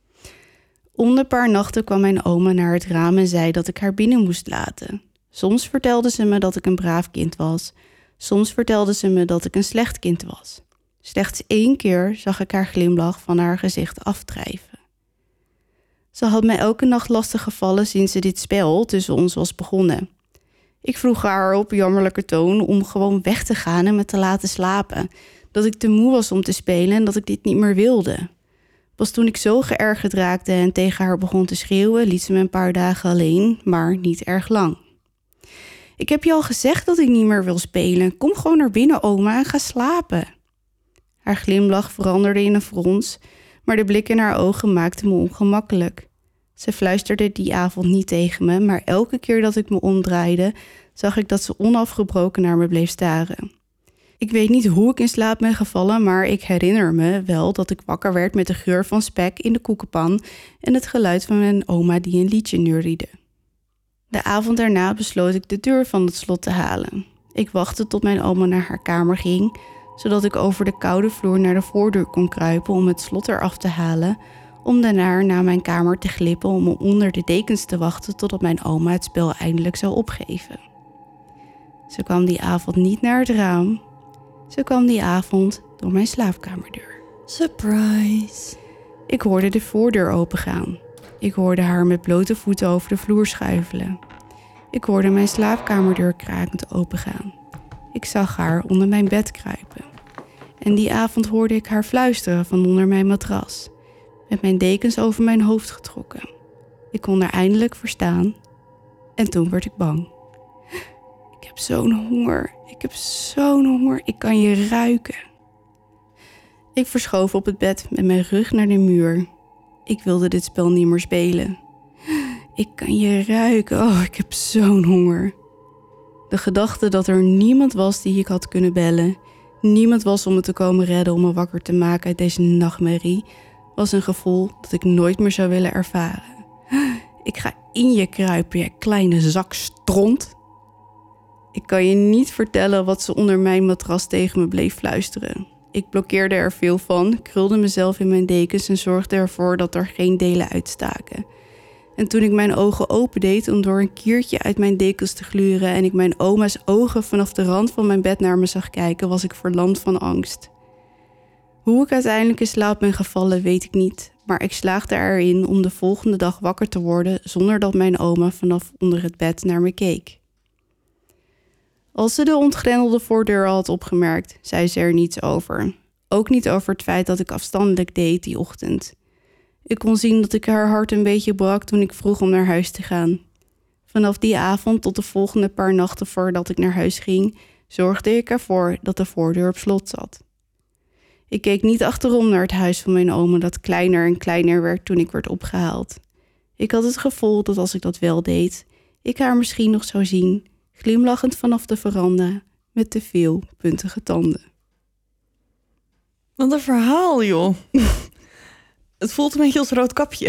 Speaker 1: Om de paar nachten kwam mijn oma naar het raam en zei dat ik haar binnen moest laten. Soms vertelde ze me dat ik een braaf kind was. Soms vertelde ze me dat ik een slecht kind was. Slechts 1 keer zag ik haar glimlach van haar gezicht afdrijven. Ze had mij elke nacht lastig gevallen sinds ze dit spel tussen ons was begonnen. Ik vroeg haar op jammerlijke toon om gewoon weg te gaan en me te laten slapen. Dat ik te moe was om te spelen en dat ik dit niet meer wilde. Pas toen ik zo geërgerd raakte en tegen haar begon te schreeuwen, liet ze me een paar dagen alleen, maar niet erg lang. Ik heb je al gezegd dat ik niet meer wil spelen. Kom gewoon naar binnen, oma, en ga slapen. Haar glimlach veranderde in een frons. maar de blik in haar ogen maakte me ongemakkelijk. Ze fluisterde die avond niet tegen me, maar elke keer dat ik me omdraaide, zag ik dat ze onafgebroken naar me bleef staren. Ik weet niet hoe ik in slaap ben gevallen, maar ik herinner me wel dat ik wakker werd met de geur van spek in de koekenpan en het geluid van mijn oma die een liedje neuriede. De avond daarna besloot ik de deur van het slot te halen. Ik wachtte tot mijn oma naar haar kamer ging, zodat ik over de koude vloer naar de voordeur kon kruipen om het slot eraf te halen, om daarna naar mijn kamer te glippen om onder de dekens te wachten totdat mijn oma het spel eindelijk zou opgeven. Ze kwam die avond niet naar het raam. Ze kwam die avond door mijn slaapkamerdeur.
Speaker 2: Surprise.
Speaker 1: Ik hoorde de voordeur opengaan. Ik hoorde haar met blote voeten over de vloer schuifelen. Ik hoorde mijn slaapkamerdeur krakend opengaan. Ik zag haar onder mijn bed kruipen. En die avond hoorde ik haar fluisteren van onder mijn matras, met mijn dekens over mijn hoofd getrokken. Ik kon haar eindelijk verstaan en toen werd ik bang. Ik heb zo'n honger. Ik heb zo'n honger. Ik kan je ruiken. Ik verschoof op het bed met mijn rug naar de muur. Ik wilde dit spel niet meer spelen. Ik kan je ruiken. Oh, ik heb zo'n honger. De gedachte dat er niemand was die ik had kunnen bellen, niemand was om me te komen redden om me wakker te maken uit deze nachtmerrie, was een gevoel dat ik nooit meer zou willen ervaren. Ik ga in je kruipen, je kleine zak stront. Ik kan je niet vertellen wat ze onder mijn matras tegen me bleef fluisteren. Ik blokkeerde er veel van, krulde mezelf in mijn dekens en zorgde ervoor dat er geen delen uitstaken. En toen ik mijn ogen opendeed om door een kiertje uit mijn dekens te gluren en ik mijn oma's ogen vanaf de rand van mijn bed naar me zag kijken, was ik verlamd van angst. Hoe ik uiteindelijk in slaap ben gevallen, weet ik niet, maar ik slaagde erin om de volgende dag wakker te worden zonder dat mijn oma vanaf onder het bed naar me keek. Als ze de ontgrendelde voordeur al had opgemerkt, zei ze er niets over. Ook niet over het feit dat ik afstandelijk deed die ochtend. Ik kon zien dat ik haar hart een beetje brak toen ik vroeg om naar huis te gaan. Vanaf die avond tot de volgende paar nachten voordat ik naar huis ging, zorgde ik ervoor dat de voordeur op slot zat. Ik keek niet achterom naar het huis van mijn oma dat kleiner en kleiner werd toen ik werd opgehaald. Ik had het gevoel dat als ik dat wel deed, ik haar misschien nog zou zien, glimlachend vanaf de veranda met te veel puntige tanden.
Speaker 2: Wat een verhaal, joh. Het voelt een beetje als Roodkapje.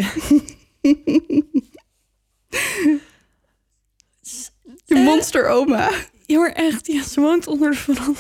Speaker 1: Je monsteroma.
Speaker 2: Ja, maar echt, ja, ze woont onder de veranda.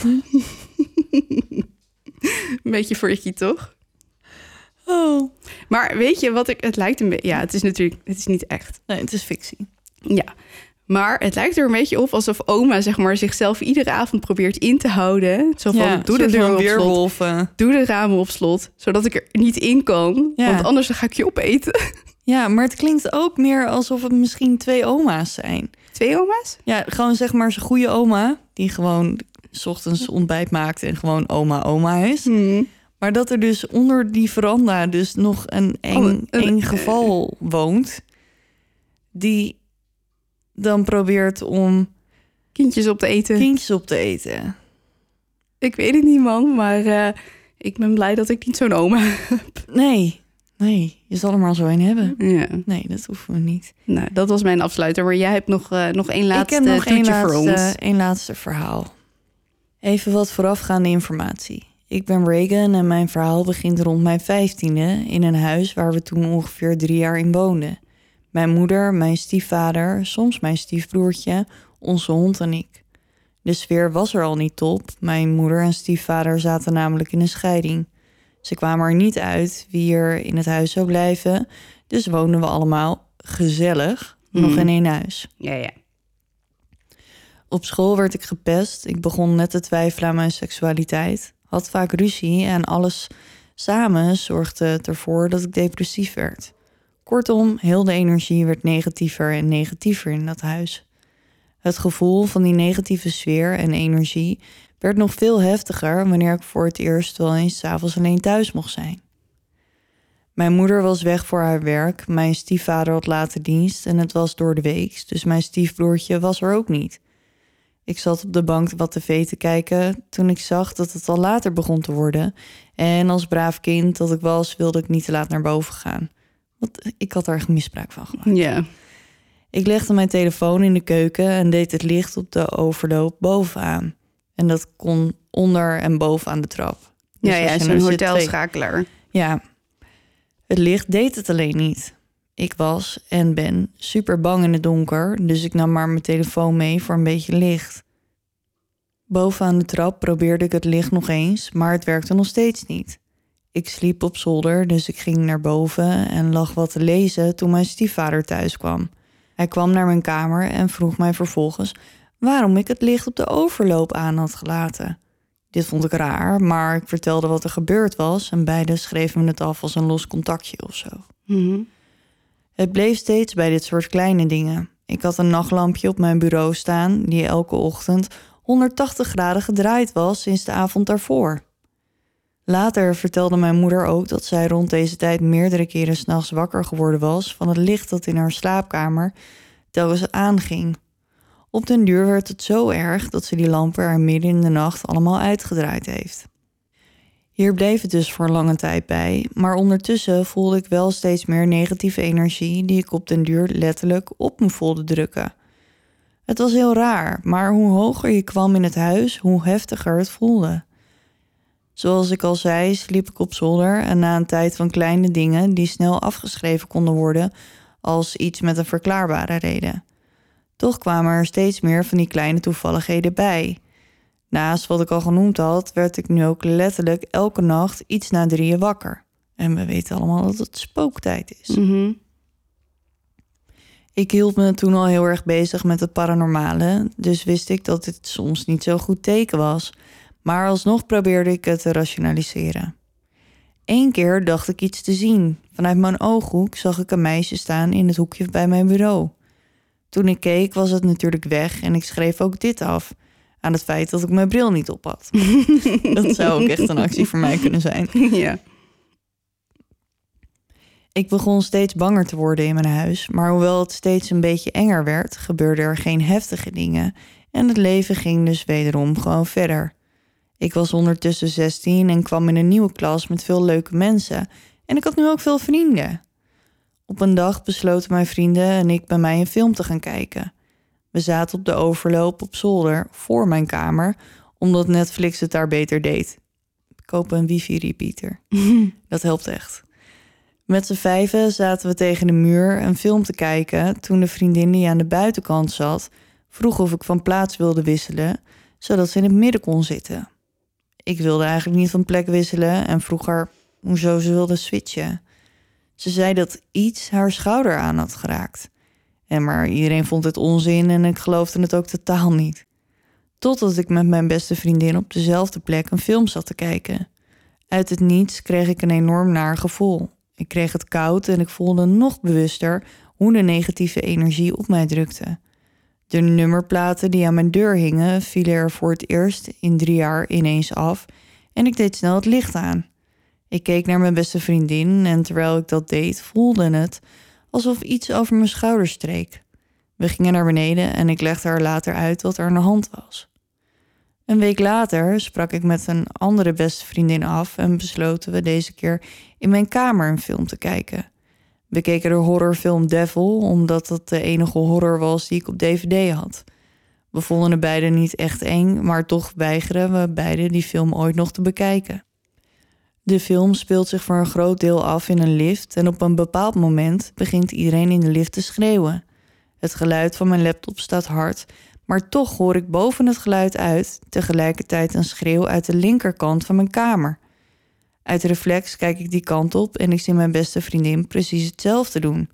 Speaker 1: Een beetje freaky, toch?
Speaker 2: Oh.
Speaker 1: Maar weet je wat het lijkt een beetje... Ja, het is niet echt.
Speaker 2: Nee, het is fictie.
Speaker 1: Ja, maar het lijkt er een beetje op alsof oma zeg maar zichzelf iedere avond probeert in te houden. Zo van, doe de deur op slot, doe de ramen op slot, zodat ik er niet in kan. Ja. Want anders dan ga ik je opeten.
Speaker 2: Ja, maar het klinkt ook meer alsof het misschien 2 oma's zijn.
Speaker 1: 2 oma's?
Speaker 2: Ja, gewoon zeg maar zo'n goede oma die gewoon 's ochtends ontbijt maakt en gewoon oma is. Maar dat er dus onder die veranda dus nog een eng geval woont die dan probeert om
Speaker 1: kindjes op te eten. Ik weet het niet, man, maar ik ben blij dat ik niet zo'n oma heb.
Speaker 2: Nee, je zal er maar zo een hebben.
Speaker 1: Ja.
Speaker 2: Nee, dat hoeven we niet.
Speaker 1: Nou, dat was mijn afsluiter, maar jij hebt nog één laatste toetje voor ons.
Speaker 2: Een laatste verhaal. Even wat voorafgaande informatie. Ik ben Reagan en mijn verhaal begint rond mijn 15e in een huis waar we toen ongeveer 3 jaar in woonden. Mijn moeder, mijn stiefvader, soms mijn stiefbroertje, onze hond en ik. De sfeer was er al niet top. Mijn moeder en stiefvader zaten namelijk in een scheiding. Ze kwamen er niet uit wie er in het huis zou blijven. Dus woonden we allemaal gezellig nog in 1 huis.
Speaker 1: Ja.
Speaker 2: Op school werd ik gepest. Ik begon net te twijfelen aan mijn seksualiteit. Had vaak ruzie en alles samen zorgde ervoor dat ik depressief werd. Kortom, heel de energie werd negatiever en negatiever in dat huis. Het gevoel van die negatieve sfeer en energie werd nog veel heftiger wanneer ik voor het eerst wel eens 's avonds alleen thuis mocht zijn. Mijn moeder was weg voor haar werk, mijn stiefvader had late dienst en het was door de week, dus mijn stiefbroertje was er ook niet. Ik zat op de bank wat tv te kijken toen ik zag dat het al later begon te worden. En als braaf kind dat ik was, wilde ik niet te laat naar boven gaan. Want ik had daar misbruik van gemaakt.
Speaker 1: Ja.
Speaker 2: Ik legde mijn telefoon in de keuken en deed het licht op de overloop bovenaan. En dat kon onder en boven aan de trap. Dus
Speaker 1: Ja, zo'n hotelschakelaar.
Speaker 2: Ja, het licht deed het alleen niet. Ik was en ben super bang in het donker, dus ik nam maar mijn telefoon mee voor een beetje licht. Boven aan de trap probeerde ik het licht nog eens, maar het werkte nog steeds niet. Ik sliep op zolder, dus ik ging naar boven en lag wat te lezen toen mijn stiefvader thuis kwam. Hij kwam naar mijn kamer en vroeg mij vervolgens waarom ik het licht op de overloop aan had gelaten. Dit vond ik raar, maar ik vertelde wat er gebeurd was en beiden schreven me het af als een los contactje of zo.
Speaker 1: Mm-hmm.
Speaker 2: Het bleef steeds bij dit soort kleine dingen. Ik had een nachtlampje op mijn bureau staan die elke ochtend 180 graden gedraaid was sinds de avond daarvoor. Later vertelde mijn moeder ook dat zij rond deze tijd meerdere keren 's nachts wakker geworden was van het licht dat in haar slaapkamer telkens aanging. Op den duur werd het zo erg dat ze die lampen er midden in de nacht allemaal uitgedraaid heeft. Hier bleef het dus voor lange tijd bij, maar ondertussen voelde ik wel steeds meer negatieve energie die ik op den duur letterlijk op me voelde drukken. Het was heel raar, maar hoe hoger je kwam in het huis, hoe heftiger het voelde. Zoals ik al zei, sliep ik op zolder en na een tijd van kleine dingen die snel afgeschreven konden worden als iets met een verklaarbare reden. Toch kwamen er steeds meer van die kleine toevalligheden bij. Naast wat ik al genoemd had, werd ik nu ook letterlijk elke nacht iets na 3 wakker. En we weten allemaal dat het spooktijd is.
Speaker 1: Mm-hmm.
Speaker 2: Ik hield me toen al heel erg bezig met het paranormale, dus wist ik dat dit soms niet zo goed teken was. Maar alsnog probeerde ik het te rationaliseren. 1 keer dacht ik iets te zien. Vanuit mijn ooghoek zag ik een meisje staan in het hoekje bij mijn bureau. Toen ik keek was het natuurlijk weg en ik schreef ook dit af. Aan het feit dat ik mijn bril niet op had. Dat zou ook echt een actie voor mij kunnen zijn.
Speaker 1: Ja.
Speaker 2: Ik begon steeds banger te worden in mijn huis. Maar hoewel het steeds een beetje enger werd, gebeurden er geen heftige dingen. En het leven ging dus wederom gewoon verder. Ik was ondertussen 16 en kwam in een nieuwe klas met veel leuke mensen. En ik had nu ook veel vrienden. Op een dag besloten mijn vrienden en ik bij mij een film te gaan kijken. We zaten op de overloop op zolder voor mijn kamer, omdat Netflix het daar beter deed. Kopen een wifi-repeater. Dat helpt echt. Met z'n 5 zaten we tegen de muur een film te kijken toen de vriendin die aan de buitenkant zat vroeg of ik van plaats wilde wisselen, zodat ze in het midden kon zitten. Ik wilde eigenlijk niet van plek wisselen en vroeg haar hoezo ze wilde switchen. Ze zei dat iets haar schouder aan had geraakt. Maar iedereen vond het onzin en ik geloofde het ook totaal niet. Totdat ik met mijn beste vriendin op dezelfde plek een film zat te kijken. Uit het niets kreeg ik een enorm naar gevoel. Ik kreeg het koud en ik voelde nog bewuster hoe de negatieve energie op mij drukte. De nummerplaten die aan mijn deur hingen vielen er voor het eerst in 3 jaar ineens af en ik deed snel het licht aan. Ik keek naar mijn beste vriendin en terwijl ik dat deed voelde het alsof iets over mijn schouder streek. We gingen naar beneden en ik legde haar later uit wat er aan de hand was. Een week later sprak ik met een andere beste vriendin af en besloten we deze keer in mijn kamer een film te kijken. We keken de horrorfilm Devil, omdat dat de enige horror was die ik op DVD had. We vonden het beide niet echt eng, maar toch weigeren we beide die film ooit nog te bekijken. De film speelt zich voor een groot deel af in een lift en op een bepaald moment begint iedereen in de lift te schreeuwen. Het geluid van mijn laptop staat hard, maar toch hoor ik boven het geluid uit tegelijkertijd een schreeuw uit de linkerkant van mijn kamer. Uit reflex kijk ik die kant op en ik zie mijn beste vriendin precies hetzelfde doen.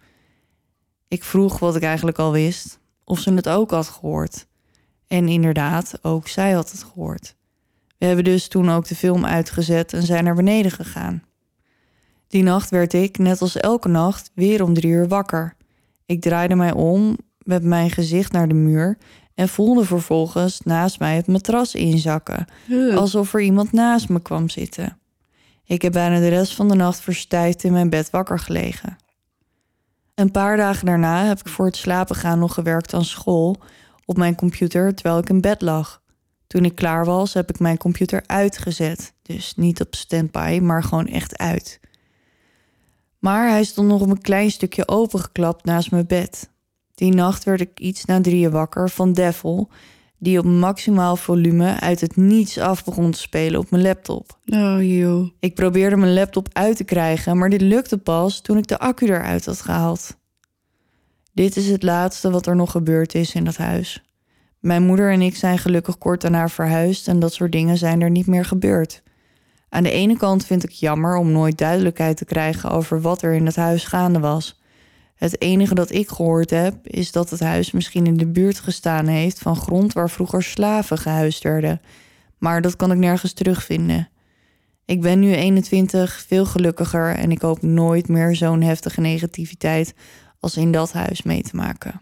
Speaker 2: Ik vroeg wat ik eigenlijk al wist, of ze het ook had gehoord. En inderdaad, ook zij had het gehoord. We hebben dus toen ook de film uitgezet en zijn naar beneden gegaan. Die nacht werd ik, net als elke nacht, weer om 3 uur wakker. Ik draaide mij om met mijn gezicht naar de muur en voelde vervolgens naast mij het matras inzakken, alsof er iemand naast me kwam zitten. Ik heb bijna de rest van de nacht verstijfd in mijn bed wakker gelegen. Een paar dagen daarna heb ik voor het slapen gaan nog gewerkt aan school, op mijn computer terwijl ik in bed lag. Toen ik klaar was, heb ik mijn computer uitgezet. Dus niet op standby, maar gewoon echt uit. Maar hij stond nog op een klein stukje opengeklapt naast mijn bed. Die nacht werd ik iets na 3 wakker van Devil, die op maximaal volume uit het niets af begon te spelen op mijn laptop.
Speaker 1: Oh, joh.
Speaker 2: Ik probeerde mijn laptop uit te krijgen, maar dit lukte pas toen ik de accu eruit had gehaald. Dit is het laatste wat er nog gebeurd is in dat huis. Mijn moeder en ik zijn gelukkig kort daarna verhuisd en dat soort dingen zijn er niet meer gebeurd. Aan de ene kant vind ik jammer om nooit duidelijkheid te krijgen over wat er in het huis gaande was. Het enige dat ik gehoord heb is dat het huis misschien in de buurt gestaan heeft van grond waar vroeger slaven gehuisd werden. Maar dat kan ik nergens terugvinden. Ik ben nu 21, veel gelukkiger en ik hoop nooit meer zo'n heftige negativiteit als in dat huis mee te maken.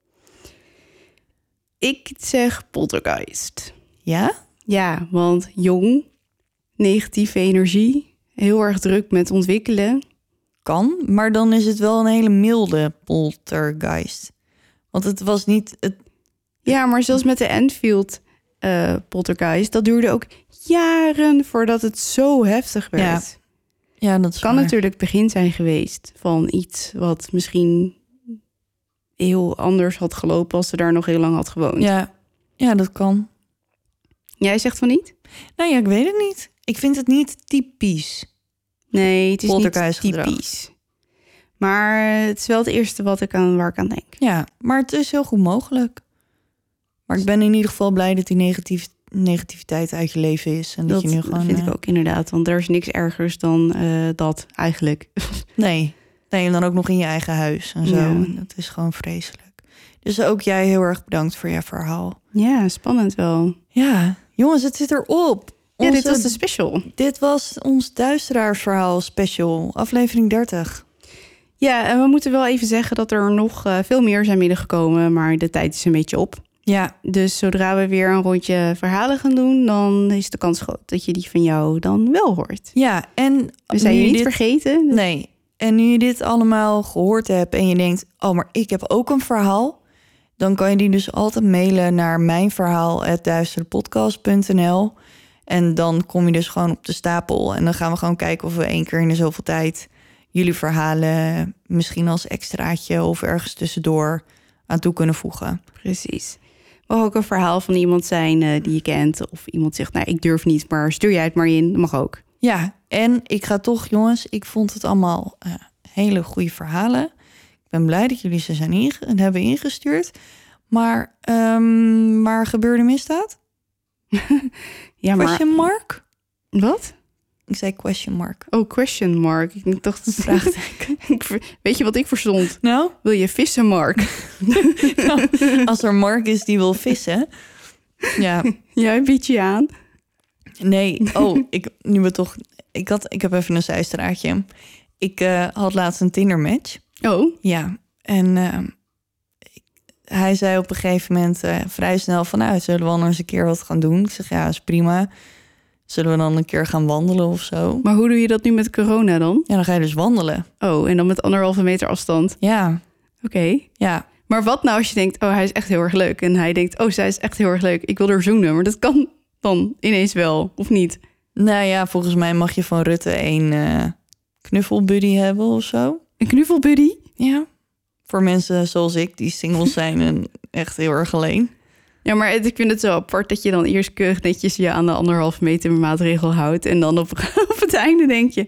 Speaker 1: Ik zeg poltergeist.
Speaker 2: Ja?
Speaker 1: Ja, want jong, negatieve energie, heel erg druk met ontwikkelen.
Speaker 2: Kan, maar dan is het wel een hele milde poltergeist. Want het was niet...
Speaker 1: Ja, maar zelfs met de Enfield poltergeist, dat duurde ook jaren voordat het zo heftig werd.
Speaker 2: Ja, dat is
Speaker 1: kan
Speaker 2: waar.
Speaker 1: natuurlijk het begin zijn geweest van iets wat misschien heel anders had gelopen als ze daar nog heel lang had gewoond.
Speaker 2: Ja, dat kan.
Speaker 1: Jij zegt van niet?
Speaker 2: Nou ja, ik weet het niet. Ik vind het niet typisch.
Speaker 1: Nee, het is niet
Speaker 2: Poltergeistgedrag.
Speaker 1: typisch. Maar het is wel het eerste waar ik aan denk.
Speaker 2: Ja, maar het is heel goed mogelijk. Maar ik ben in ieder geval blij dat die negativiteit uit je leven is. En dat je nu gewoon,
Speaker 1: vind ik ook inderdaad. Want er is niks ergers dan dat eigenlijk.
Speaker 2: Nee, en dan ook nog in je eigen huis en zo.
Speaker 1: Ja.
Speaker 2: En dat is gewoon vreselijk. Dus ook jij heel erg bedankt voor je verhaal.
Speaker 1: Ja, spannend wel.
Speaker 2: Ja, jongens, het zit erop.
Speaker 1: Ja, dit was de special.
Speaker 2: Dit was ons duisteraarsverhaal special, aflevering 30.
Speaker 1: Ja, en we moeten wel even zeggen dat er nog veel meer zijn binnengekomen. Maar de tijd is een beetje op.
Speaker 2: Ja,
Speaker 1: Dus zodra we weer een rondje verhalen gaan doen, dan is de kans groot dat je die van jou dan wel hoort.
Speaker 2: ja, en
Speaker 1: We zijn
Speaker 2: nu
Speaker 1: je niet
Speaker 2: dit-
Speaker 1: vergeten.
Speaker 2: Nee, en nu je dit allemaal gehoord hebt en je denkt, oh, maar ik heb ook een verhaal, dan kan je die dus altijd mailen naar mijnverhaal@duisterepodcast.nl. En dan kom je dus gewoon op de stapel en dan gaan we gewoon kijken of we 1 keer in de zoveel tijd jullie verhalen misschien als extraatje of ergens tussendoor aan toe kunnen voegen.
Speaker 1: Precies. Mag ook een verhaal van iemand zijn die je kent. Of iemand zegt, nou, ik durf niet, maar stuur jij het maar in. Dat mag ook.
Speaker 2: Ja, en ik ga toch, jongens, ik vond het allemaal hele goede verhalen. Ik ben blij dat jullie ze hebben ingestuurd. Maar gebeurde misdaad?
Speaker 1: Ja, maar...
Speaker 2: Question mark?
Speaker 1: Wat?
Speaker 2: Ik zei question mark.
Speaker 1: Oh, question mark. Ik dacht, dat vraagteken. Weet je wat ik verstond?
Speaker 2: Nou,
Speaker 1: Wil je vissen, Mark?
Speaker 2: als er Mark is die wil vissen. Ja,
Speaker 1: Jij biedt je aan.
Speaker 2: nee. Oh, ik heb even een zijstraatje. Ik had laatst een Tinder match.
Speaker 1: Oh,
Speaker 2: Ja, en hij zei op een gegeven moment vrij snel van, nou, zullen we al eens een keer wat gaan doen? Ik zeg, ja, is prima. Zullen we dan een keer gaan wandelen of zo?
Speaker 1: maar hoe doe je dat nu met corona dan?
Speaker 2: Ja, dan ga je dus wandelen.
Speaker 1: Oh, en dan met 1,5 meter afstand.
Speaker 2: Ja,
Speaker 1: Oké.
Speaker 2: ja.
Speaker 1: Maar wat nou als je denkt, oh, hij is echt heel erg leuk. En hij denkt, oh, zij is echt heel erg leuk. Ik wil er zoenen. Maar dat kan dan ineens wel, of niet?
Speaker 2: Nou ja, volgens mij mag je van Rutte 1 knuffelbuddy hebben of zo.
Speaker 1: Een knuffelbuddy?
Speaker 2: Ja. Voor mensen zoals ik, die single zijn en echt heel erg alleen.
Speaker 1: Ja, maar ik vind het zo apart dat je dan eerst keurig netjes je aan de 1,5 meter maatregel houdt. En dan op het einde denk je...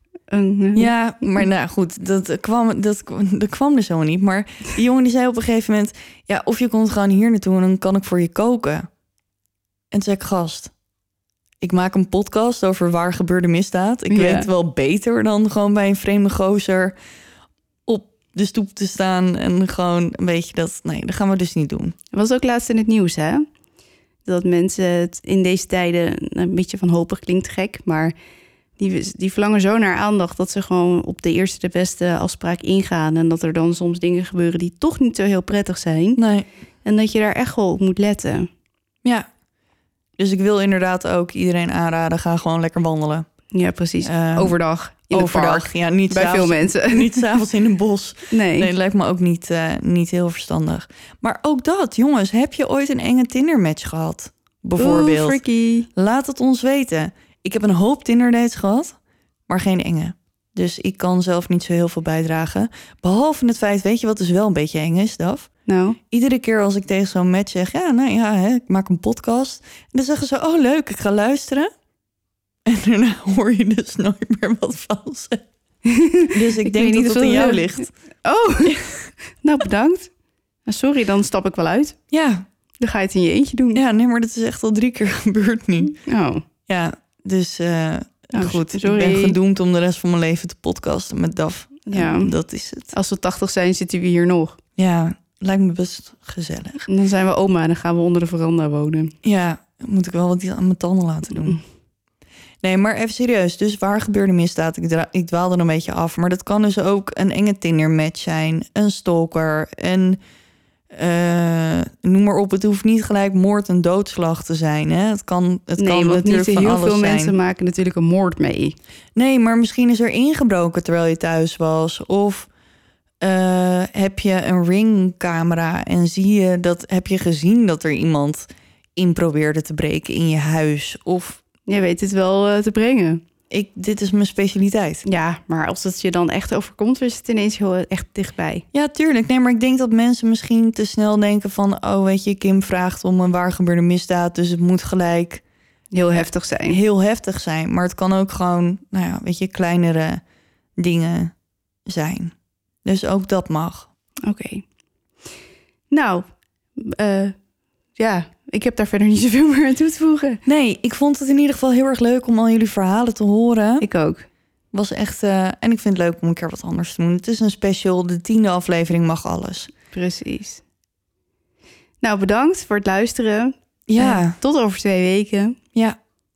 Speaker 2: Ja, maar nou goed, dat kwam dus helemaal niet. Maar die jongen die zei op een gegeven moment, ja, of je komt gewoon hier naartoe en dan kan ik voor je koken. En toen zei ik, gast, ik maak een podcast over waar gebeurde misdaad. Ik
Speaker 1: Ja.
Speaker 2: weet het wel beter dan gewoon bij een vreemde gozer op de stoep te staan en gewoon een beetje dat... Nee, dat gaan we dus niet doen.
Speaker 1: Was ook laatst in het nieuws, hè? Dat mensen het in deze tijden een beetje wanhopig klinkt gek, maar die verlangen zo naar aandacht dat ze gewoon op de eerste de beste afspraak ingaan en dat er dan soms dingen gebeuren die toch niet zo heel prettig zijn
Speaker 2: Nee.
Speaker 1: en dat je daar echt wel op moet letten.
Speaker 2: Ja. Dus ik wil inderdaad ook iedereen aanraden, ga gewoon lekker wandelen.
Speaker 1: Ja, precies.
Speaker 2: Overdag.
Speaker 1: Overdag. in het
Speaker 2: overdag.
Speaker 1: park.
Speaker 2: Ja, niet
Speaker 1: Bij veel mensen.
Speaker 2: Niet 's avonds in een bos.
Speaker 1: Nee.
Speaker 2: Nee, dat lijkt me ook niet heel verstandig. Maar ook dat, jongens. Heb je ooit een enge Tinder-match gehad? Bijvoorbeeld.
Speaker 1: Oeh, freaky.
Speaker 2: Laat het ons weten. Ik heb een hoop Tinder-dates gehad, maar geen enge. Dus ik kan zelf niet zo heel veel bijdragen. Behalve het feit, weet je wat dus wel een beetje eng is, Daf?
Speaker 1: Nou,
Speaker 2: Iedere keer als ik tegen zo'n match zeg... ik maak een podcast. En dan zeggen ze, oh leuk, ik ga luisteren. En daarna hoor je dus nooit meer wat van ze. Dus ik denk dat het aan jou ligt.
Speaker 1: Oh, nou bedankt. Nou, sorry, dan stap ik wel uit.
Speaker 2: Ja,
Speaker 1: Dan ga je het in je eentje doen.
Speaker 2: nee, maar dat is echt al 3 keer gebeurd nu.
Speaker 1: Oh,
Speaker 2: Ja, dus goed.
Speaker 1: sorry.
Speaker 2: Ik ben gedoemd om de rest van mijn leven te podcasten met Daf.
Speaker 1: Ja.
Speaker 2: En dat is het.
Speaker 1: als we 80 zijn, zitten we hier nog.
Speaker 2: Ja, lijkt me best gezellig.
Speaker 1: En dan zijn we oma en dan gaan we onder de veranda wonen.
Speaker 2: Ja, moet ik wel wat aan mijn tanden laten doen. Nee, maar even serieus. Dus waar gebeurde misdaad? Ik dwaalde een beetje af. Maar dat kan dus ook een enge Tinder-match zijn. Een stalker. Noem maar op. Het hoeft niet gelijk moord en doodslag te zijn. Hè? Het kan
Speaker 1: Want
Speaker 2: natuurlijk
Speaker 1: niet
Speaker 2: van
Speaker 1: heel
Speaker 2: alles
Speaker 1: veel
Speaker 2: zijn.
Speaker 1: mensen maken natuurlijk een moord mee.
Speaker 2: Nee, maar misschien is er ingebroken terwijl je thuis was. Of heb je een ringcamera en heb je gezien dat er iemand in probeerde te breken in je huis? Of
Speaker 1: Je weet het wel te brengen.
Speaker 2: dit is mijn specialiteit.
Speaker 1: Ja, maar als het je dan echt overkomt, is het ineens heel echt dichtbij.
Speaker 2: Ja, tuurlijk. Nee, maar ik denk dat mensen misschien te snel denken van... oh, weet je, Kim vraagt om een waar gebeurde misdaad... dus het moet gelijk
Speaker 1: Heel heftig zijn.
Speaker 2: heel heftig zijn. Maar het kan ook gewoon, kleinere dingen zijn. Dus ook dat mag.
Speaker 1: Oké. Nou, ja, ik heb daar verder niet zoveel meer aan toe te voegen.
Speaker 2: Nee, ik vond het in ieder geval heel erg leuk om al jullie verhalen te horen.
Speaker 1: Ik ook.
Speaker 2: Was echt, en ik vind het leuk om een keer wat anders te doen. Het is een special, de 10e aflevering mag alles.
Speaker 1: Precies. Nou, bedankt voor het luisteren.
Speaker 2: Ja,
Speaker 1: Tot over 2 weken.
Speaker 2: ja.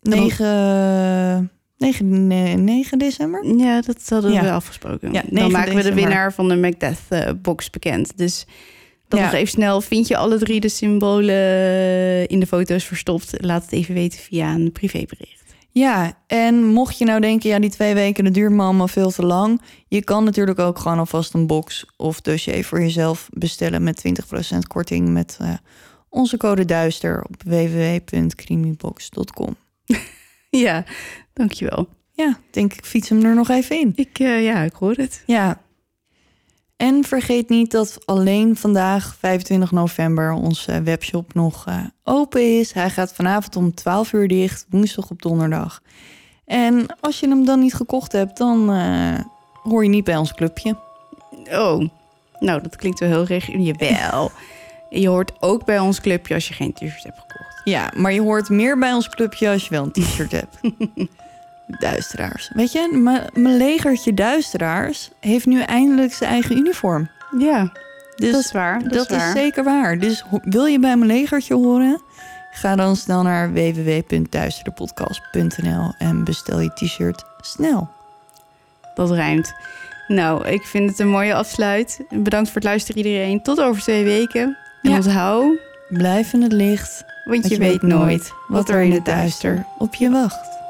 Speaker 2: 9 december?
Speaker 1: Ja, dat hadden
Speaker 2: Ja.
Speaker 1: we afgesproken.
Speaker 2: Ja,
Speaker 1: Dan
Speaker 2: 9
Speaker 1: maken we de
Speaker 2: december.
Speaker 1: winnaar van de Macbeth box bekend. Dus dat
Speaker 2: Ja.
Speaker 1: nog even snel. Vind je alle 3 de symbolen in de foto's verstopt? Laat het even weten via een privébericht.
Speaker 2: Ja, en mocht je nou denken... ja, die 2 weken, dat duurt me allemaal veel te lang... je kan natuurlijk ook gewoon alvast een box of dossier voor jezelf bestellen... met 20% korting met onze code DUISTER op www.crimibox.com.
Speaker 1: Ja, dankjewel.
Speaker 2: Ja, denk ik fiets hem er nog even in.
Speaker 1: Ik hoor het.
Speaker 2: Ja. En vergeet niet dat alleen vandaag, 25 november, onze webshop nog open is. Hij gaat vanavond om 12 uur dicht, woensdag op donderdag. En als je hem dan niet gekocht hebt, dan hoor je niet bij ons clubje.
Speaker 1: Oh, nou, dat klinkt wel heel Jawel. Je hoort ook bij ons clubje als je geen t-shirt hebt gekocht.
Speaker 2: Ja, maar je hoort meer bij ons clubje als je wel een t-shirt hebt. Duisteraars. Weet je, mijn legertje duisteraars heeft nu eindelijk zijn eigen uniform.
Speaker 1: Ja,
Speaker 2: Dus
Speaker 1: dat is waar.
Speaker 2: Dat is
Speaker 1: waar.
Speaker 2: zeker waar. Dus wil je bij mijn legertje horen? Ga dan snel naar www.duisterepodcast.nl en bestel je t-shirt snel.
Speaker 1: Dat rijmt. Nou, ik vind het een mooie afsluit. Bedankt voor het luisteren iedereen. Tot over 2 weken. En
Speaker 2: Ja.
Speaker 1: onthoud,
Speaker 2: Blijf in het licht,
Speaker 1: want je weet nooit
Speaker 2: wat er in het duister op je wacht.